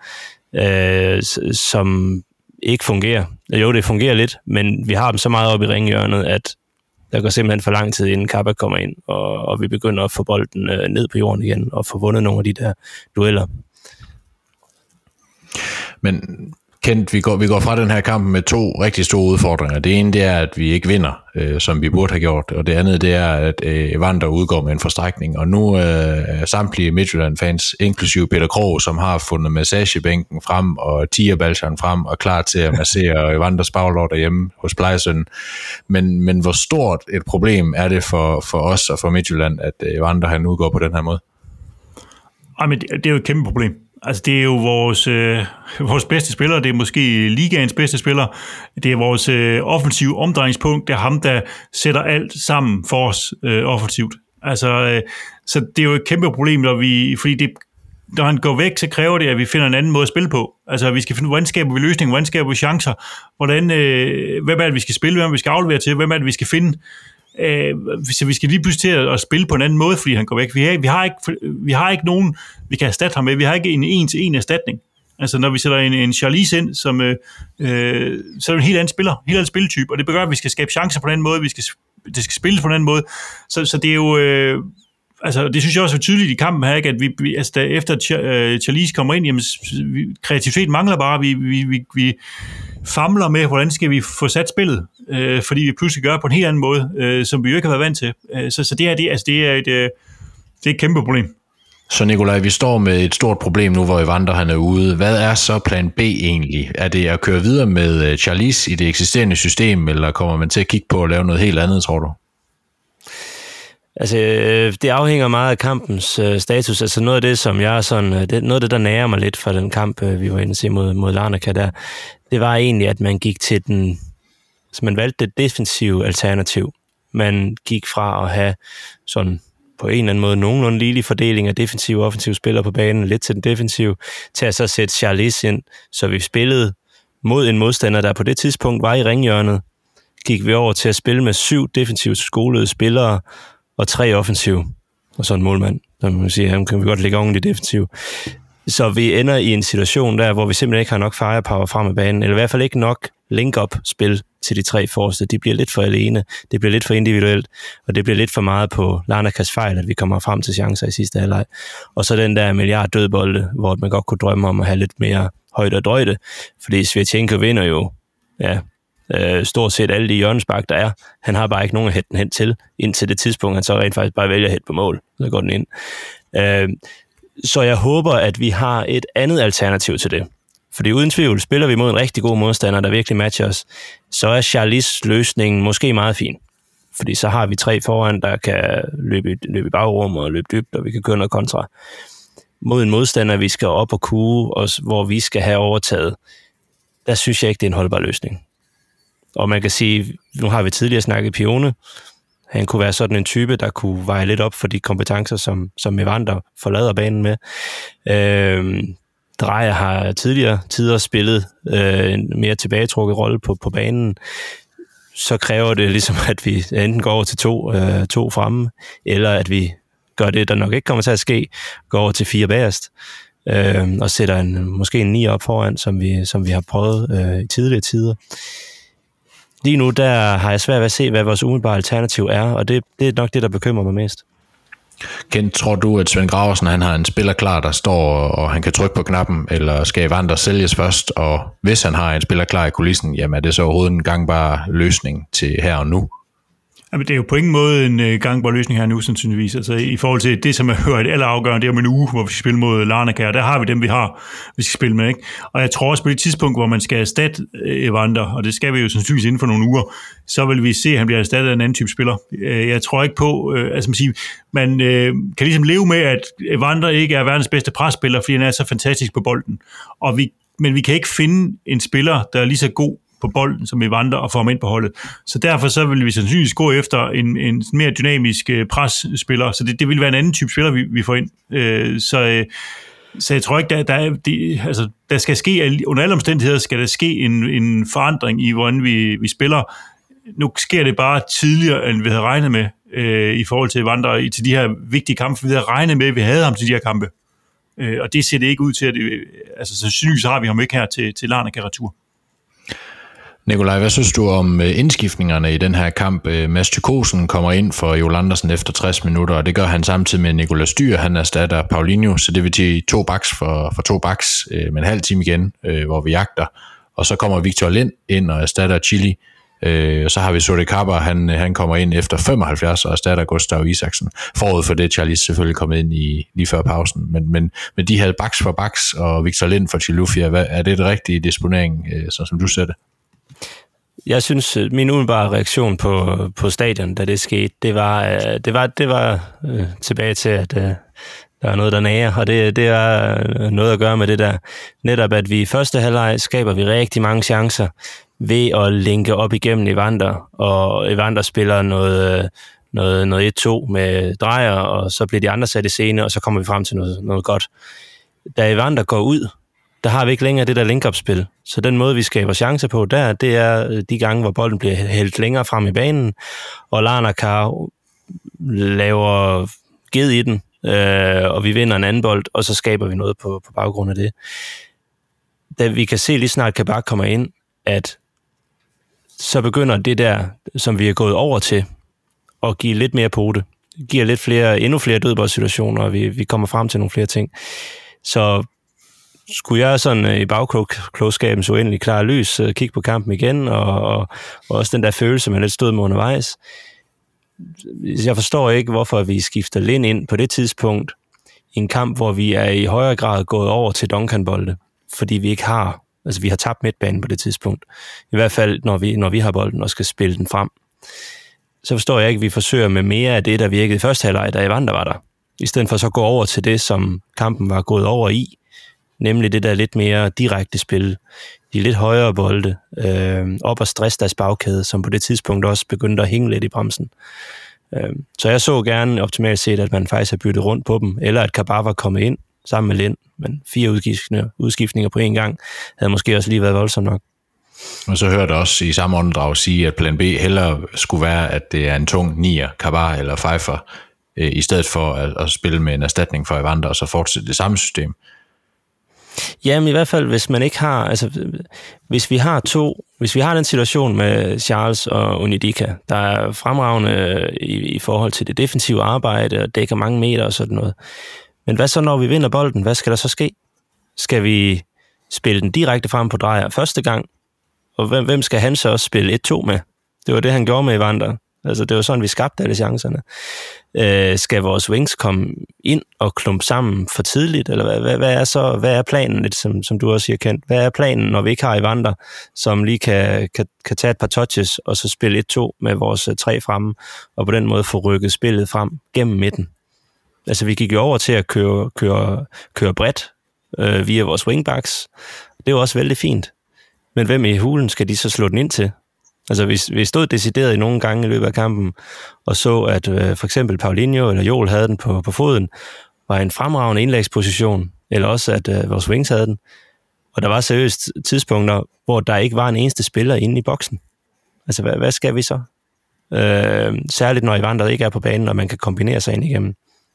uh, som ikke fungerer. Jo, det fungerer lidt, men vi har dem så meget op i ringhjørnet, at der går simpelthen for lang tid, inden Kappa kommer ind, og, og vi begynder at få bolden øh, ned på jorden igen, og få vundet nogle af de der dueller. Men Kent, vi går, vi går fra den her kamp med to rigtig store udfordringer. Det ene, det er, at vi ikke vinder, øh, som vi burde have gjort, og det andet, det er, at øh, Evander udgår med en forstrækning. Og nu øh, samtlige Midtjylland-fans, inklusive Peter Krog, som har fundet massagebænken frem og tigerbalseren frem og klar til at massere Evanders baglår derhjemme hos plejesønnen. Men, men hvor stort et problem er det for, for os og for Midtjylland, at Evander han udgår på den her måde? Jamen, det er jo et kæmpe problem. Altså, det er jo vores, øh, vores bedste spiller, det er måske ligaens bedste spiller, det er vores øh, offensive omdrejningspunkt, det er ham, der sætter alt sammen for os øh, offensivt. Altså, øh, så det er jo et kæmpe problem, når vi, fordi det, når han går væk, så kræver det, at vi finder en anden måde at spille på. Altså, vi skal finde, hvordan skaber vi løsninger, hvordan skaber vi chancer, hvordan, øh, hvem er det, vi skal spille, hvem er det, vi skal aflevere til, hvem er det, vi skal finde. Øh, så vi skal lige pludselig til at spille på en anden måde, fordi han går væk. Vi har, vi har, ikke, vi har ikke nogen, vi kan erstatte ham med. Vi har ikke en en-til-en erstatning. Altså, når vi sætter en, en Charlize ind, som, øh, øh, så er det en helt anden spiller, en helt anden spilletype, og det betyder, at vi skal skabe chancer på den anden måde, vi skal, det skal spilles på den anden måde. Så, så det er jo... Øh, altså, det synes jeg også er tydeligt i kampen her, ikke? At vi, vi altså, efter Charlize kommer ind, jamen, kreativitet mangler bare. Vi, vi, vi, vi famler med, hvordan skal vi få sat spillet, øh, fordi vi pludselig gør på en helt anden måde, øh, som vi jo ikke har været vant til. Øh, så, så det her, det, altså, det, er et, øh, det er et kæmpe problem. Så Nikolaj, vi står med et stort problem nu, hvor Evander han er ude. Hvad er så plan B egentlig? Er det at køre videre med Charlize i det eksisterende system, eller kommer man til at kigge på at lave noget helt andet, tror du? Altså, det afhænger meget af kampens øh, status. Altså noget af det, som jeg sådan, det, noget af det, der nærer mig lidt fra den kamp, øh, vi var inde og se mod, mod Larnaca der, det var egentlig, at man gik til den, så man valgte det defensive alternativ. Man gik fra at have sådan på en eller anden måde nogenlunde ligelig fordeling af defensive og offensive spillere på banen, lidt til den defensive, til at så sætte Charlize ind, så vi spillede mod en modstander, der på det tidspunkt var i ringhjørnet, gik vi over til at spille med syv defensivt skolede spillere, og tre offensive, og så en målmand. Så man kan sige, at kan vi godt lægge oven i det defensive. Så vi ender i en situation der, hvor vi simpelthen ikke har nok firepower frem af banen, eller i hvert fald ikke nok link-up-spil til de tre forreste. De bliver lidt for alene, det bliver lidt for individuelt, og det bliver lidt for meget på Larnacas fejl, at vi kommer frem til chancer i sidste halvleg. Og så den der milliard dødbolde, hvor man godt kunne drømme om at have lidt mere højde og drøjde, fordi Svirchenko vinder jo, ja, Øh, stort set alle de hjørnespark, der er. Han har bare ikke nogen at hætte den hen til, indtil det tidspunkt, han så rent faktisk bare vælger at hætte på mål. Så går den ind. Øh, så jeg håber, at vi har et andet alternativ til det. Fordi uden tvivl, spiller vi mod en rigtig god modstander, der virkelig matcher os, så er Charlize løsningen måske meget fin. Fordi så har vi tre foran, der kan løbe, løbe i bagrum og løbe dybt, og vi kan køre noget kontra. Mod en modstander, vi skal op og kue, og hvor vi skal have overtaget, der synes jeg ikke, det er en holdbar løsning. Og man kan sige, nu har vi tidligere snakket Pione. Han kunne være sådan en type, der kunne veje lidt op for de kompetencer, som, som Evander forlader banen med. Øh, Dreyer har tidligere tider spillet øh, en mere tilbagetrukket rolle på, på banen. Så kræver det ligesom, at vi enten går over til to, øh, to fremme, eller at vi gør det, der nok ikke kommer til at ske, går over til fire bagerst. Øh, og sætter en, måske en ni op foran, som vi, som vi har prøvet øh, i tidligere tider. Lige nu, der har jeg svært ved at se, hvad vores umiddelbare alternativ er, og det, det er nok det, der bekymrer mig mest. Kent, tror du, at Svend Graversen han har en spiller klar, der står, og han kan trykke på knappen, eller skal Evander sælges først, og hvis han har en spiller klar i kulissen, jamen er det så overhovedet en gangbar løsning til her og nu? Jamen, det er jo på ingen måde en gangbar løsning her nu, sandsynligvis. Altså, i forhold til det, som er hørt aller afgørende, det er om en uge, hvor vi skal spille mod Larnaca, og der har vi dem, vi har, vi skal spille med, ikke? Og jeg tror også på det tidspunkt, hvor man skal erstatte Evander, og det skal vi jo sandsynligvis inden for nogle uger, så vil vi se, at han bliver erstattet af en anden type spiller. Jeg tror ikke på, altså man siger, man kan ligesom leve med, at Evander ikke er verdens bedste presspiller, fordi han er så fantastisk på bolden. Og vi, men vi kan ikke finde en spiller, der er lige så god på bolden, som Evander, og få ham ind på holdet. Så derfor så vil vi sandsynligvis gå efter en, en mere dynamisk presspiller, så det, det vil være en anden type spiller, vi, vi får ind. Øh, så, øh, så jeg tror ikke, der, der, er, det, altså, der skal ske, under alle omstændigheder skal der ske en, en forandring i, hvordan vi, vi spiller. Nu sker det bare tidligere, end vi havde regnet med, øh, i forhold til Evander, til de her vigtige kampe, vi havde regnet med, at vi havde ham til de her kampe. Øh, og det ser det ikke ud til, at det, altså sandsynligvis har vi ham ikke her til, til Larnaca retur. Nikolaj, hvad synes du om indskiftningerne i den her kamp? Mads Tykosen kommer ind for Joel Andersen efter tres minutter, og det gør han samtidig med Nicolas Dyhr. Han erstatter Paulinho, så det vil til to backs for, for to backs med en halv time igen, hvor vi jagter. og så kommer Victor Lind ind og erstatter Chili. Øh, og så har vi Sode Kapper, han, han kommer ind efter femoghalvfjerds og erstatter Gustav Isaksen. Forud for det, Charlie selvfølgelig kommet ind i lige før pausen. Men, men, men de havde Baks for Baks og Victor Lind for Chilufya. Hvad, er det det rigtige disponering, øh, sådan som du ser det? Jeg synes, min umiddelbare reaktion på, på stadion, da det skete, det var, det var, det var øh, tilbage til, at øh, der er noget, der nager, og det, det er noget at gøre med det der. Netop, at vi i første halvleg skaber vi rigtig mange chancer ved at linke op igennem Evander, og Evander spiller noget, noget, noget et to med drejer, og så bliver de andre sat i scene, og så kommer vi frem til noget, noget godt. Da Evander går ud, der har vi ikke længere det der link-up-spil. Så den måde, vi skaber chancer på der, det er de gange, hvor bolden bliver hældt længere frem i banen, og Larnacar laver ged i den, øh, og vi vinder en anden bold, og så skaber vi noget på, på baggrund af det. Da vi kan se lige snart Kabak kommer ind, at så begynder det der, som vi er gået over til, at give lidt mere på det. Giver lidt flere, endnu flere dødboldsituationer, og vi, vi kommer frem til nogle flere ting. Så skulle jeg sådan i bagklogskabens uendelig klare lys kigge på kampen igen, og, og, og også den der følelse, man lidt stod med undervejs. Jeg forstår ikke, hvorfor vi skifter Lind ind på det tidspunkt i en kamp, hvor vi er i højere grad gået over til Duncan-bolde, fordi vi ikke har, altså vi har tabt midtbanen på det tidspunkt. I hvert fald, når vi, når vi har bolden og skal spille den frem. Så forstår jeg ikke, at vi forsøger med mere af det, der virkede i første halvleg, da Evander var der. I stedet for så at gå over til det, som kampen var gået over i, nemlig det der lidt mere direkte spil, de lidt højere bolde, øh, op og stress deres bagkæde, som på det tidspunkt også begyndte at hænge lidt i bremsen. Øh, så jeg så gerne optimalt set, at man faktisk har byttet rundt på dem, eller at Kabak var kommet ind sammen med Lind, men fire udskiftninger, udskiftninger på en gang, havde måske også lige været voldsomt nok. Og så hørte jeg også i samme åndedrag sige, at plan B hellere skulle være, at det er en tung nier, Kabak eller Pfeiffer, øh, i stedet for at, at spille med en erstatning for Evander, og så fortsætte det samme system. Jamen i hvert fald, hvis man ikke har, altså hvis vi har to, hvis vi har den situation med Charles og Onyedika, der er fremragende i, i forhold til det defensive arbejde og dækker mange meter og sådan noget. Men hvad så, når vi vinder bolden? Hvad skal der så ske? Skal vi spille den direkte frem på drejer første gang? Og hvem, hvem skal han så også spille et to med? Det var det, han gjorde med Evander. Altså, det var sådan, vi skabte alle chancerne. Øh, skal vores wings komme ind og klumpe sammen for tidligt? Eller hvad, hvad, hvad er så, hvad er planen, lidt som, som du også siger, Kent? Hvad er planen, når vi ikke har Evander, som lige kan, kan, kan tage et par touches, og så spille et to med vores tre fremme, og på den måde få rykket spillet frem gennem midten? Altså, vi gik jo over til at køre, køre, køre bredt øh, via vores wingbacks. Det er jo også vældig fint. Men hvem i hulen skal de så slå den ind til? Altså, vi, vi stod decideret i nogle gange i løbet af kampen, og så, at øh, for eksempel Paulinho eller Joel havde den på, på foden, var en fremragende indlægsposition, eller også, at øh, vores wings havde den. Og der var seriøst tidspunkter, hvor der ikke var en eneste spiller inde i boksen. Altså, hvad, hvad skal vi så? Øh, særligt når Evander ikke er på banen, og man kan kombinere sig ind igennem.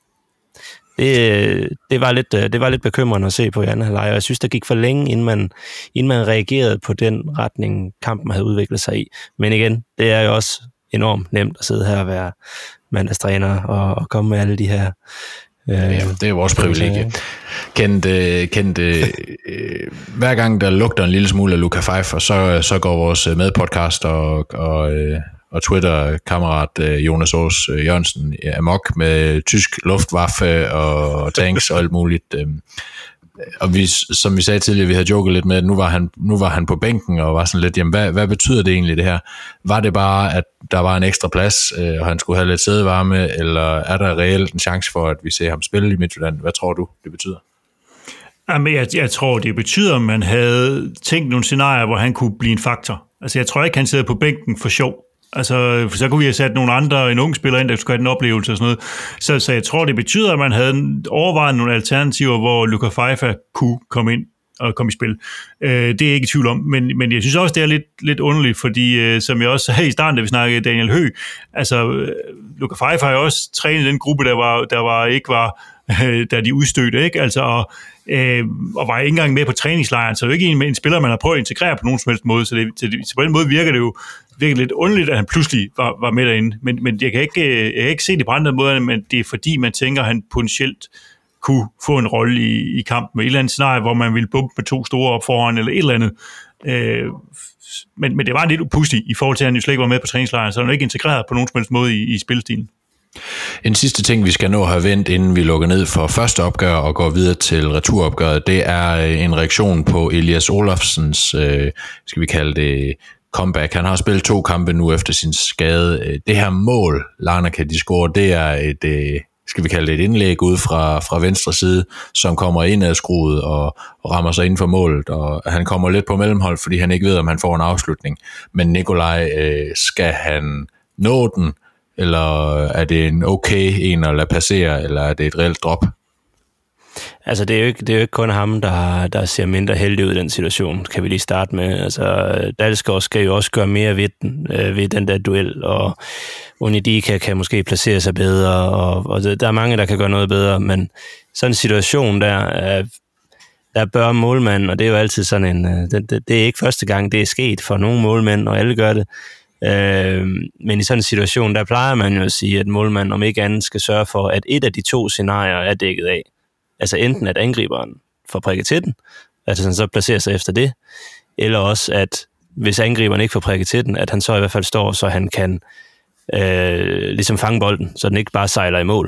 Det, det, var lidt, det var lidt bekymrende at se på i anden halvleg, og jeg synes, der gik for længe, inden man, inden man reagerede på den retning, kampen havde udviklet sig i. Men igen, det er jo også enormt nemt at sidde her og være mandagstræner og, og komme med alle de her... Øh, ja, det er vores privilegie. Kendt, kendt, øh, hver gang der lugter en lille smule af Luka Pfeiffer, så, så går vores medpodcast og... og øh, og Twitter-kammerat Jonas Aas Jørgensen amok med tysk luftwaffe og tanks og alt muligt. Og vi, som vi sagde tidligere, vi havde joket lidt med, at nu var han, nu var han på bænken og var sådan lidt, jamen hvad, hvad betyder det egentlig det her? Var det bare, at der var en ekstra plads, og han skulle have lidt sædevarme, eller er der reelt en chance for, at vi ser ham spille i Midtjylland? Hvad tror du, det betyder? Jamen, jeg, jeg tror, det betyder, at man havde tænkt nogle scenarier, hvor han kunne blive en faktor. Altså, jeg tror ikke, han sidder på bænken for sjov. Altså, så kunne vi have sat nogle andre, en ung spiller ind, der skulle have en oplevelse og sådan noget. Så, så jeg tror, det betyder, at man havde overvejet nogle alternativer, hvor Luka Pfeiffer kunne komme ind og komme i spil. Øh, det er jeg ikke i tvivl om, men, men jeg synes også, det er lidt, lidt underligt, fordi øh, som jeg også sagde i starten, da vi snakkede Daniel Høgh, altså øh, Luka Pfeiffer har jo også trænet den gruppe, der var, der var ikke var, øh, der de udstødte, ikke? Altså, og, øh, og var ikke engang med på træningslejren, så det er jo ikke en, en spiller, man har prøvet at integrere på nogen som helst måde, så, det, så, det, så på den måde virker det jo virkelig lidt underligt, at han pludselig var, var med derinde. Men, men jeg, kan ikke, jeg kan ikke se det på andre måder, men det er fordi, man tænker, at han potentielt kunne få en rolle i, i kampen med et eller andet scenarie, hvor man ville bumpe med to store op foran, eller et eller andet. Øh, men, men det var lidt upustigt i forhold til, at han jo slet ikke var med på træningslejren, så han er ikke integreret på nogen som helst måde i, i spilstilen. En sidste ting, vi skal nå at have vendt, inden vi lukker ned for første opgør og går videre til returopgøret, det er en reaktion på Elias Olofsens, øh, skal vi kalde det, comeback. Han har spillet to kampe nu efter sin skade. Det her mål, Larnaca de scorer, det er et, øh, skal vi kalde det et indlæg ud fra, fra venstre side, som kommer ind ad skruet og, og rammer sig inden for målet, og han kommer lidt på mellemhold, fordi han ikke ved, om han får en afslutning. Men Nikolaj, øh, skal han nå den, eller er det en okay en at lade passere, eller er det et reelt drop? Altså, det er jo ikke, det er jo ikke kun ham, der, der ser mindre heldig ud i den situation, kan vi lige starte med. Altså, Dalsgaard skal jo også gøre mere ved den, øh, ved den der duel, og Onyedika kan måske placere sig bedre, og, og der er mange, der kan gøre noget bedre, men sådan en situation der, øh, der bør målmanden, og det er jo altid sådan en, det, det, det er ikke første gang, det er sket for nogle målmænd, og alle gør det, øh, men i sådan en situation, der plejer man jo at sige, at målmanden om ikke andet skal sørge for, at et af de to scenarier er dækket af. Altså enten at angriberen får prikket til den, at han så placerer sig efter det, eller også at hvis angriberen ikke får prikket til den, at han så i hvert fald står, så han kan øh, ligesom fange bolden, så den ikke bare sejler i mål.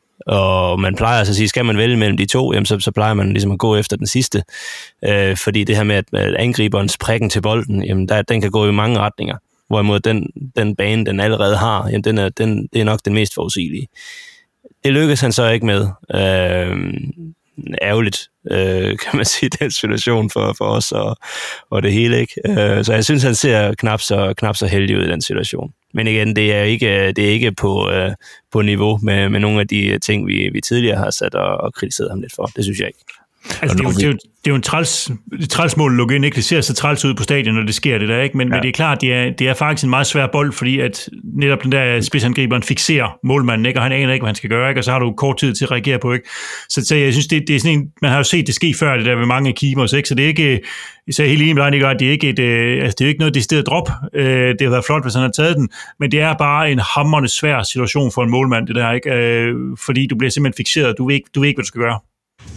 Og man plejer altså at sige, skal man vælge mellem de to, jamen så, så plejer man ligesom at gå efter den sidste, øh, fordi det her med, at angriberens prikken til bolden, jamen der, den kan gå i mange retninger, hvorimod den, den bane, den allerede har, jamen den er, den, det er nok den mest forudsigelige. Det lykkedes han så ikke med. Øh, ærgerligt, øh, kan man sige, den situation for, for os og, og det hele, ikke? Øh, så jeg synes, han ser knap så, knap så heldig ud i den situation. Men igen, det er ikke, det er ikke på, øh, på niveau med, med nogle af de ting, vi, vi tidligere har sat og, og kritiseret ham lidt for. Det synes jeg ikke. Altså, det, er jo, det, er jo, det er jo en træls, træls mål at lukke ind, ikke? Det ser så træls ud på stadion, når det sker det der, ikke? Men, ja. men det er klart, det er, det er faktisk en meget svær bold, fordi at netop den der spidsangriberen fikserer målmanden, ikke? Og han aner ikke, hvad han skal gøre, ikke? Og så har du kort tid til at reagere på, ikke? Så, så jeg synes, det, det er sådan en, man har jo set det ske før, det der ved mange keepers, ikke? Så det er ikke, så er helt enig med dig, Nicolaj, det er ikke et, altså det er ikke noget decideret drop. Det har været flot, hvis han har taget den, men det er bare en hamrende svær situation for en målmand, det der, ikke? Fordi du bliver simpelthen fikseret, du ved ikke, du ved ikke, hvad du skal gøre.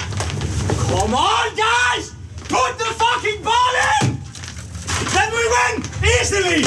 Come on, guys! Put the fucking ball in! Then we win easily!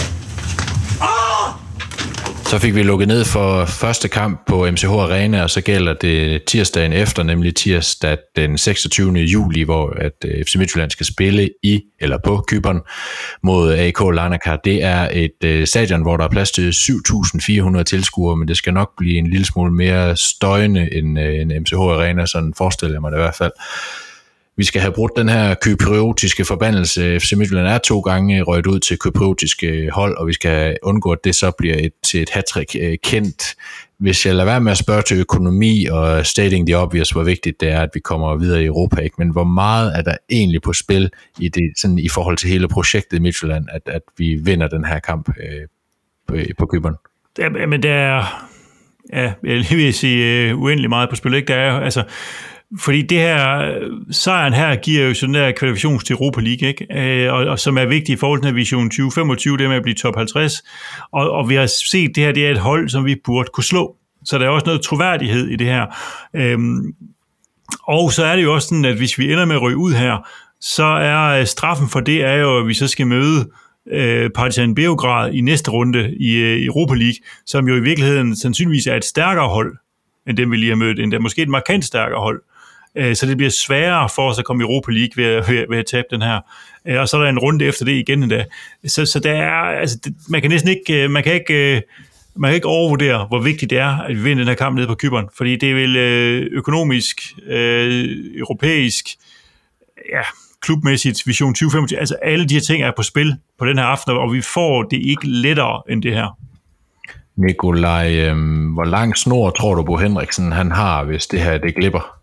Ah! Så fik vi lukket ned for første kamp på M C H Arena, og så gælder det tirsdagen efter, nemlig tirsdag den seksogtyvende juli, hvor at F C Midtjylland skal spille i eller på Cypern mod A E K Larnaca. Det er et stadion, hvor der er plads til syv tusind fire hundrede tilskuere, men det skal nok blive en lille smule mere støjende end en M C H Arena, sådan forestiller jeg mig det i hvert fald. Vi skal have brudt den her kypriotiske forbandelse. F C Midtjylland er to gange røget ud til kypriotiske hold, og vi skal undgå, at det så bliver et, til et hattrick kendt. Hvis jeg lader være med at spørge til økonomi og stating the obvious, hvor vigtigt det er, at vi kommer videre i Europa, ikke? Men hvor meget er der egentlig på spil i, det, sådan i forhold til hele projektet i Midtjylland, at, at vi vinder den her kamp øh, på, på Cypern? Ja, men der er, ja, jeg vil sige uh, uendelig meget på spil, ikke? Der er altså... Fordi det her, sejren her giver jo sådan der kvalifikations til Europa League, ikke? Øh, og, og som er vigtigt i forhold til Vision tyve femogtyve, det med at blive top halvtreds. Og, og vi har set, det her det er et hold, som vi burde kunne slå. Så der er også noget troværdighed i det her. Øhm, og så er det jo også sådan, at hvis vi ender med at ryge ud her, så er straffen for det, er jo, at vi så skal møde øh, Partizan Beograd i næste runde i øh, Europa League, som jo i virkeligheden sandsynligvis er et stærkere hold, end dem vi lige har mødt, endda måske et markant stærkere hold. Så det bliver sværere for os at komme i Europa League ved at, ved, ved at tabe den her. Og så er der en runde efter det igen endda. Så, så der er, altså, det, man kan næsten ikke, man kan ikke, man kan ikke overvurdere, hvor vigtigt det er, at vi vinder den her kamp nede på Cypern. Fordi det er vel økonomisk, øh, europæisk, ja, klubmæssigt, Vision tyve femogtyve, altså alle de her ting er på spil på den her aften, og vi får det ikke lettere end det her. Nikolaj, øh, hvor lang snor tror du, Bo Henriksen han har, hvis det her det glipper?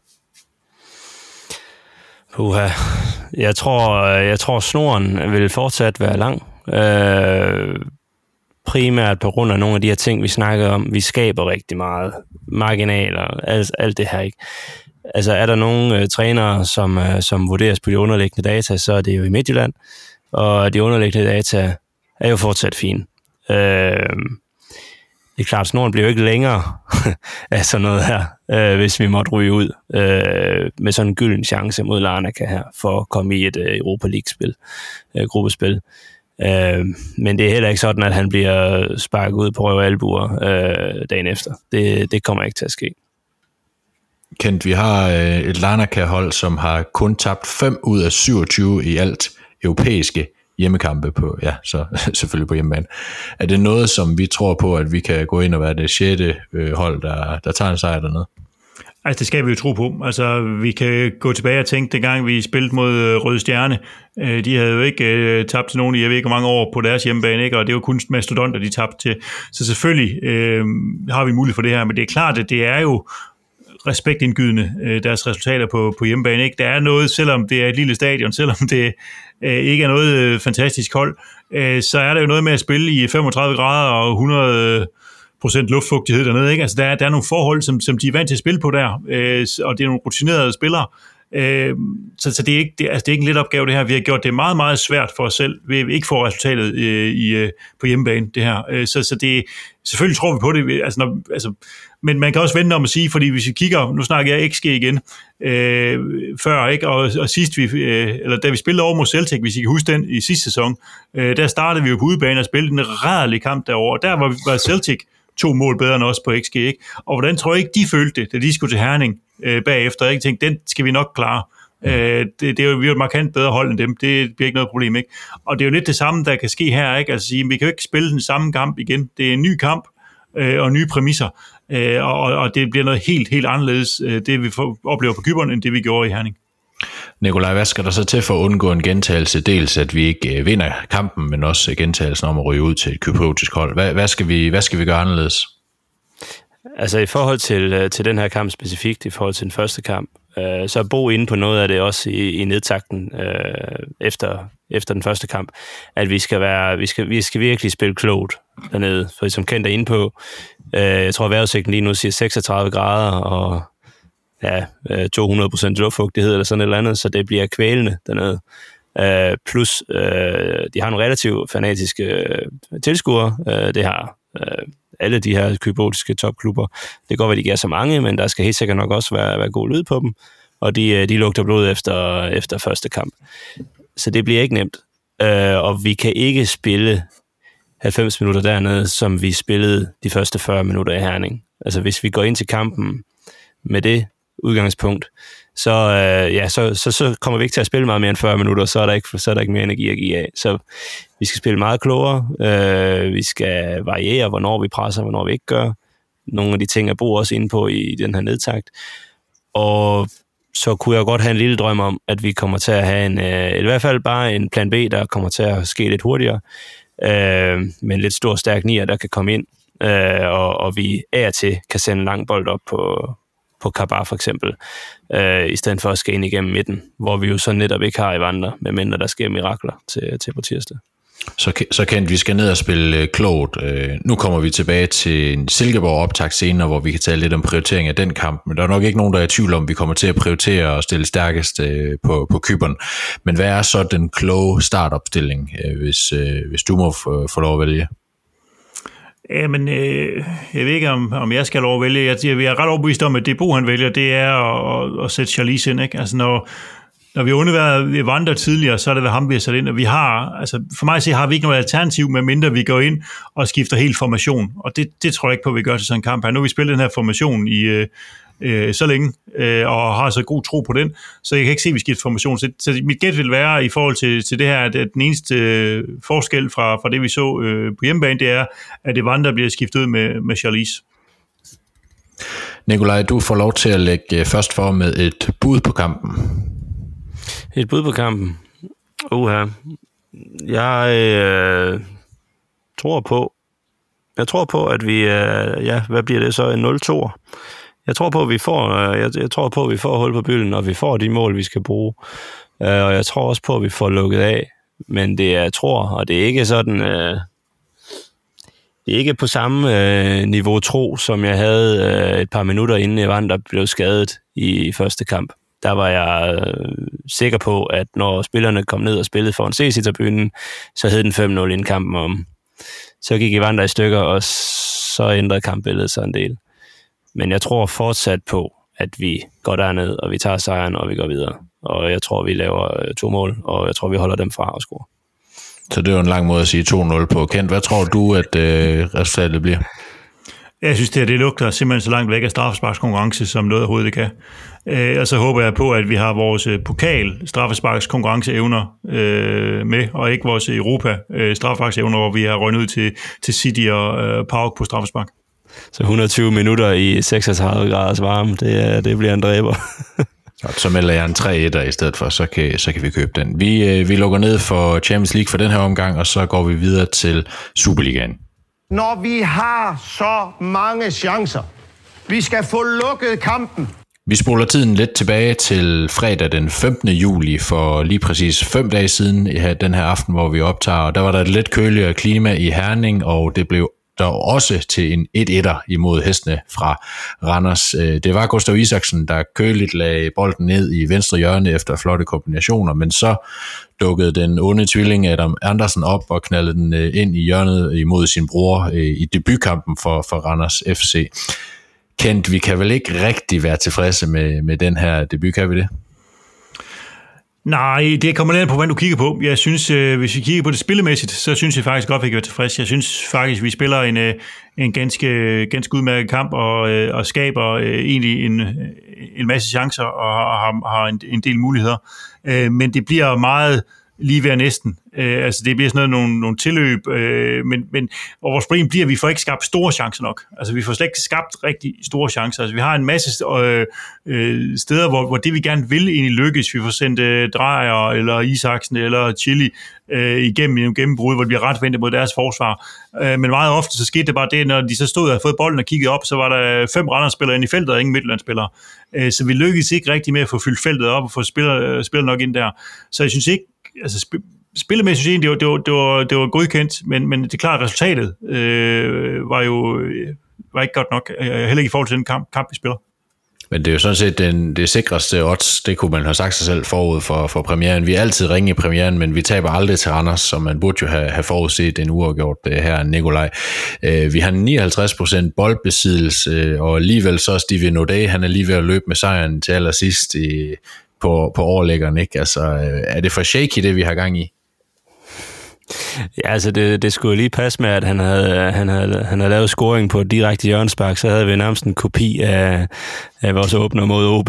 Uha. Jeg tror, jeg tror snoren vil fortsat være lang. Øh, primært på grund af nogle af de her ting, vi snakker om. Vi skaber rigtig meget marginaler, alt, alt det her, ikke? Altså er der nogle uh, trænere, som, uh, som vurderes på de underliggende data, så er det jo i Midtjylland, og de underliggende data er jo fortsat fine. Øh, det er klart, snoren bliver jo ikke længere af sådan noget her, øh, hvis vi måtte ryge ud øh, med sådan en gylden chance mod Larnaca her, for at komme i et øh, Europa League-spil, øh, gruppespil. Øh, men det er heller ikke sådan, at han bliver sparket ud på røv og albuer øh, dagen efter. Det, det kommer ikke til at ske. Kent, vi har øh, et Larnaca-hold, som har kun tabt fem ud af syvogtyve i alt europæiske hjemmekampe på, ja, så selvfølgelig på hjemmebane. Er det noget, som vi tror på, at vi kan gå ind og være det sjette øh, hold, der, der tager en sejr dernede? Altså, det skal vi jo tro på. Altså, vi kan gå tilbage og tænke, dengang vi spillede mod Røde Stjerne, øh, de havde jo ikke øh, tabt til nogen i, jeg ved ikke, hvor mange år på deres hjemmebane, ikke? Og det var kun mastodonter, de tabte til. Så selvfølgelig øh, har vi mulighed for det her, men det er klart, at det er jo respektindgydende, øh, deres resultater på, på hjemmebane, ikke? Der er noget, selvom det er et lille stadion, selvom det øh, ikke er noget øh, fantastisk hold, øh, så er der jo noget med at spille i femogtredive grader og hundrede procent luftfugtighed dernede, ikke? Altså, der, der er nogle forhold, som, som de er vant til at spille på der, øh, og det er nogle rutinerede spillere, øh, så, så det, er ikke, det, altså, det er ikke en let opgave, det her. Vi har gjort det meget, meget svært for os selv, ved at ikke få resultatet øh, i, øh, på hjemmebane, det her. Øh, så, så det, selvfølgelig tror vi på det, altså, når, altså, men man kan også vente om at sige, fordi hvis vi kigger, nu snakker jeg X G igen, øh, før, ikke? Og, og sidst vi, øh, eller da vi spillede over mod Celtic, hvis I kan huske den i sidste sæson, øh, der startede vi jo på udebane og spillede en rædderlig kamp derovre, der var, var Celtic to mål bedre end os på X G, ikke? Og hvordan tror jeg ikke, de følte det, da de skulle til Herning øh, bagefter, ikke? Tænkte, den skal vi nok klare. Øh, det, det er jo, vi er jo et markant bedre hold end dem, det bliver ikke noget problem, ikke? Og det er jo lidt det samme, der kan ske her, ikke? Altså, vi kan jo ikke spille den samme kamp igen. Det er en ny kamp øh, og nye præmisser, øh, og, og det bliver noget helt, helt anderledes, øh, det vi får, oplever på Cypern, end det vi gjorde i Herning. Nikolaj, hvad skal der så til for at undgå en gentagelse? Dels at vi ikke vinder kampen, men også gentagelsen om at ryge ud til et kypriotisk hold. Hvad, hvad, skal vi, hvad skal vi gøre anderledes? Altså i forhold til, til den her kamp specifikt, i forhold til den første kamp, øh, så Bo inde på noget af det også i, i nedtakten øh, efter, efter den første kamp, at vi skal, være, vi skal, vi skal virkelig spille klogt dernede. For som Kent er inde på, øh, jeg tror vejrudsigten lige nu siger seksogtredive grader og ja, to hundrede procent luftfugtighed eller sådan et eller andet, så det bliver kvælende dernede. Uh, plus, uh, de har nogle relativt fanatiske uh, tilskuere. Uh, det har uh, alle de her kypriotiske topklubber. Det kan godt være, de ikke er så mange, men der skal helt sikkert nok også være, være god lyd på dem, og de, de lugter blod efter, efter første kamp. Så det bliver ikke nemt. Uh, og vi kan ikke spille halvfems minutter dernede, som vi spillede de første fyrre minutter i Herning. Altså hvis vi går ind til kampen med det udgangspunkt, så, øh, ja, så, så, så kommer vi ikke til at spille meget mere end fyrre minutter, så er der ikke, så er der ikke mere energi at give af. Så vi skal spille meget klogere, øh, vi skal variere, hvornår vi presser, hvornår vi ikke gør. Nogle af de ting, jeg bruger også inde på i den her nedtakt. Og så kunne jeg godt have en lille drøm om, at vi kommer til at have en, øh, i hvert fald bare en plan B, der kommer til at ske lidt hurtigere, øh, med en lidt stor, stærk nier, der kan komme ind, øh, og, og vi af og til kan sende en lang bold op på på Kabar for eksempel, øh, i stedet for at skal ind igennem midten, hvor vi jo så netop ikke har Evander, medmindre der sker mirakler til, til på tirsdag. Så, så Kent, vi skal ned og spille øh, klogt. Øh, nu kommer vi tilbage til en Silkeborg-optakt senere, hvor vi kan tale lidt om prioritering af den kamp, men der er nok ikke nogen, der er i tvivl om, vi kommer til at prioritere og stille stærkest øh, på, på Cypern. Men hvad er så den kloge startopstilling, øh, hvis, øh, hvis du må få, få lov at vælge? Jamen, øh, jeg ved ikke, om, om jeg skal lov at vælge. Jeg, jeg er ret overbevist om, at det Bo, han vælger, det er at, at, at sætte Charlize ind, ikke? Altså, når, når vi har underværet Evander tidligere, så er det ved ham, vi har sat ind, og vi har, altså, for mig at se, har vi ikke noget alternativ, medmindre vi går ind og skifter helt formation, og det, det tror jeg ikke på, at vi gør til sådan en kamp her. Nu har vi spillet den her formation i øh, øh, så længe, øh, og har så god tro på den, så jeg kan ikke se, at vi skifter formation. Så, så mit gæt vil være i forhold til, til det her, at den eneste øh, forskel fra, fra det, vi så øh, på hjemmebane, det er, at Evander bliver skiftet ud med, med Charlize. Nikolaj, du får lov til at lægge først for med et bud på kampen. Et bud på kampen? Uha. Jeg øh, tror på, jeg tror på, at vi, øh, ja, hvad bliver det så, en nul to? Jeg tror på, at vi får, øh, jeg, jeg tror på, at vi får hul på bylden, og vi får de mål, vi skal bruge. Øh, og jeg tror også på, at vi får lukket af. Men det er jeg tror, og det er ikke sådan, øh, det er ikke på samme øh, niveau tro, som jeg havde øh, et par minutter inden Evander blev skadet i første kamp. Der var jeg øh, sikker på, at når spillerne kom ned og spillede foran C C-tribunen, så hed den fem nul inden kampen om. Så gik Evander i stykker, og så ændrede kampbilledet sig en del. Men jeg tror fortsat på, at vi går derned, og vi tager sejren, og vi går videre. Og jeg tror, vi laver to mål, og jeg tror, vi holder dem fra at score. Så det er jo en lang måde at sige to nul på. Kent, hvad tror du, at øh, resultatet bliver? Jeg synes, det her, det lugter simpelthen så langt væk af straffesparkskonkurrence, som noget overhovedet det kan. Øh, og så håber jeg på, at vi har vores pokal straffesparkskonkurrenceevner øh, med, og ikke vores Europa øh, straffesparksevner, hvor vi har røgnet ud til, til City og øh, Pauk på straffespark. Så hundrede og tyve minutter i seksogtredive graders varme, det, det bliver en dræber. Så melder jeg en tre etter i stedet for, så kan, så kan vi købe den. Vi, øh, vi lukker ned for Champions League for den her omgang, og så går vi videre til Superligaen. Når vi har så mange chancer, vi skal få lukket kampen. Vi spoler tiden lidt tilbage til fredag den femtende juli for lige præcis fem dage siden, den her aften, hvor vi optager. Og der var der et lidt køligere klima i Herning, og det blev der også til en et etter imod hestene fra Randers. Det var Gustav Isaksen, der køligt lagde bolden ned i venstre hjørne efter flotte kombinationer, men så dukkede den onde tvilling Adam Andersen op og knaldede den ind i hjørnet imod sin bror i debutkampen for, for Randers F C. Kent, vi kan vel ikke rigtig være tilfredse med, med den her debut, kan vi det? Nej, det kommer lidt på, hvad du kigger på. Jeg synes, øh, hvis vi kigger på det spillemæssigt, så synes jeg faktisk godt, at vi kan være tilfredse. Jeg synes faktisk, at vi spiller en, øh, en ganske, ganske udmærket kamp og, øh, og skaber øh, egentlig en, en masse chancer og har, har en, en del muligheder. Øh, men det bliver meget lige ved næsten. Øh, altså det bliver sådan noget, nogle, nogle tilløb, øh, men, men og vores problem bliver, at vi får ikke skabt store chancer nok. Altså vi får slet ikke skabt rigtig store chancer. Altså vi har en masse øh, øh, steder, hvor, hvor det vi gerne vil egentlig lykkes. Vi får sendt øh, Drejer eller Isaksen eller Chili øh, igennem i en gennembrud, hvor det bliver ret vendt mod deres forsvar. Øh, men meget ofte så skete det bare det, når de så stod og havde fået bolden og kiggede op, så var der fem Randers-spillere inde i feltet og ingen Midtjylland-spillere. Øh, så vi lykkedes ikke rigtig med at få fyldt feltet op og få spillere, spillere nok ind der. Så jeg synes ikke, altså spillemæssigt synes jeg, det var, det var, det var, det var godkendt, men, men det er klart, at resultatet øh, var jo var ikke godt nok, heller ikke i forhold til den kamp, kamp vi spiller. Men det er jo sådan set den, det sikreste odds, det kunne man have sagt sig selv forud for, for premieren. Vi er altid ringe i premieren, men vi taber aldrig til Randers, så man burde jo have, have forudset en uafgjort her, Nikolaj. Øh, vi har nioghalvtreds procent boldbesiddelse, og alligevel så Steven O'Day, han er lige ved at løbe med sejren til allersidst i, på, på overlæggeren, ikke? Altså, er det for shaky, det vi har gang i? Ja, altså det, det skulle lige passe med, at han havde, han havde, han havde lavet scoring på et direkte hjørnespark, så havde vi nærmest en kopi af, af vores åbner mod O B.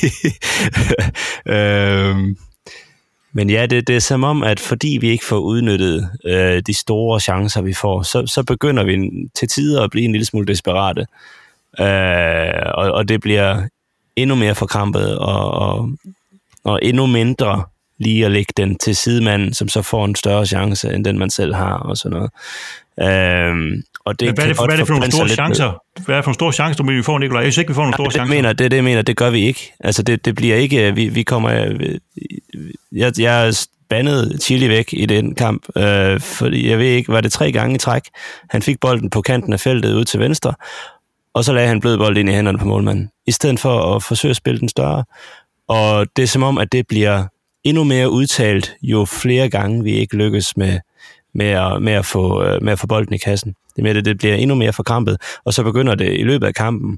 øhm, men ja, det, det er som om, at fordi vi ikke får udnyttet øh, de store chancer, vi får, så, så begynder vi til tider at blive en lille smule desperate. Øh, og, og det bliver endnu mere forkrampet og, og, og endnu mindre lige at lægge den til sidemanden, som så får en større chance, end den man selv har, og sådan noget. Øhm, og det hvad er det for, hvad er det for nogle store chancer? Hvad er det for nogle store chancer, du mener, vi får, Nikolaj? Jeg synes ikke, vi får nogle store det chancer. Mener, det er det, jeg mener, det gør vi ikke. Altså, det, det bliver ikke, vi, vi kommer, jeg, jeg spandede Chili væk i den kamp, øh, fordi jeg ved ikke, var det tre gange i træk. Han fik bolden på kanten af feltet ud til venstre, og så lagde han blød bold ind i hænderne på målmanden, i stedet for at forsøge at spille den større. Og det er som om, at det bliver endnu mere udtalt, jo flere gange vi ikke lykkes med, med, at, med, at, få, med at få bolden i kassen. Det med det, det bliver endnu mere forkrampet, og så begynder det i løbet af kampen,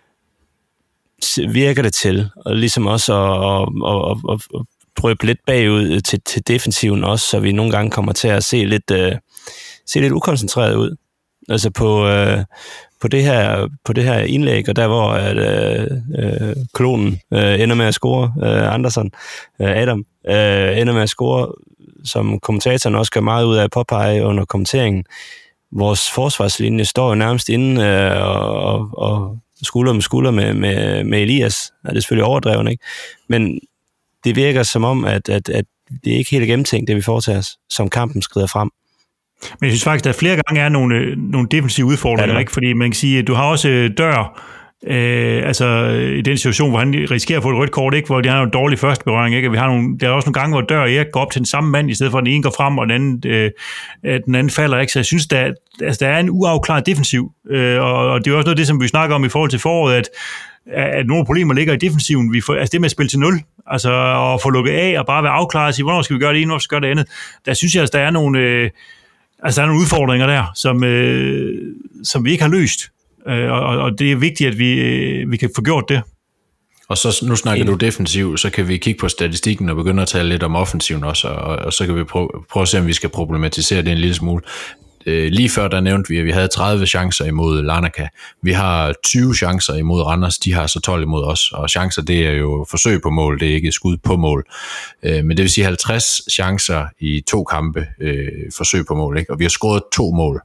virker det til, og ligesom også at, at, at, at, at drøbe lidt bagud til, til defensiven også, så vi nogle gange kommer til at se lidt, uh, se lidt ukoncentreret ud. Altså på, uh, på, det her, på det her indlæg, og der hvor at, uh, uh, klonen uh, ender med at score, uh, Andersen, uh, Adam, uh, ender med at score, som kommentatoren også gør meget ud af at påpege under kommenteringen. Vores forsvarslinje står jo nærmest inde uh, og, og, og skulder med skulder med, med, med Elias. Ja, det er selvfølgelig overdrevet, ikke? Men det virker som om, at, at, at det er ikke helt gennemtænkt, det vi foretager os, som kampen skrider frem. Men jeg synes faktisk, at der flere gange er nogle, nogle defensive udfordringer, ja, ikke? Fordi man kan sige, at du har også Dør, øh, altså i den situation, hvor han risikerer at få et rødt kort, ikke? Hvor de har en dårlig første berøring, ikke? Vi har nogle, der er også nogle gange, hvor Dør og Erik går op til den samme mand, i stedet for at den ene går frem, og den anden, øh, den anden falder, ikke? Så jeg synes, der, altså, der er en uafklaret defensiv, øh, og, og det er også noget af det, som vi snakker om i forhold til foråret, at at nogle problemer ligger i defensiven. Vi får, altså det med at spille til nul, altså at få lukket af og bare være afklaret og sige, hvornår skal vi gøre det ene, hvornår skal vi gøre det andet. Der synes jeg, at der er nogle, øh, altså, der er nogle udfordringer der, som, øh, som vi ikke har løst. Øh, og, og det er vigtigt, at vi, øh, vi kan få gjort det. Og så nu snakker du defensiv, så kan vi kigge på statistikken og begynde at tale lidt om offensiven også, og, og så kan vi prøve, prøve at se, om vi skal problematisere det en lille smule. Øh, lige før der nævnte vi, at vi havde tredive chancer imod Larnaca. Vi har tyve chancer imod Randers, de har så tolv imod os, og chancer, det er jo forsøg på mål, det er ikke skud på mål. Øh, men det vil sige halvtreds chancer i to kampe, øh, forsøg på mål, ikke? Og vi har scoret to mål.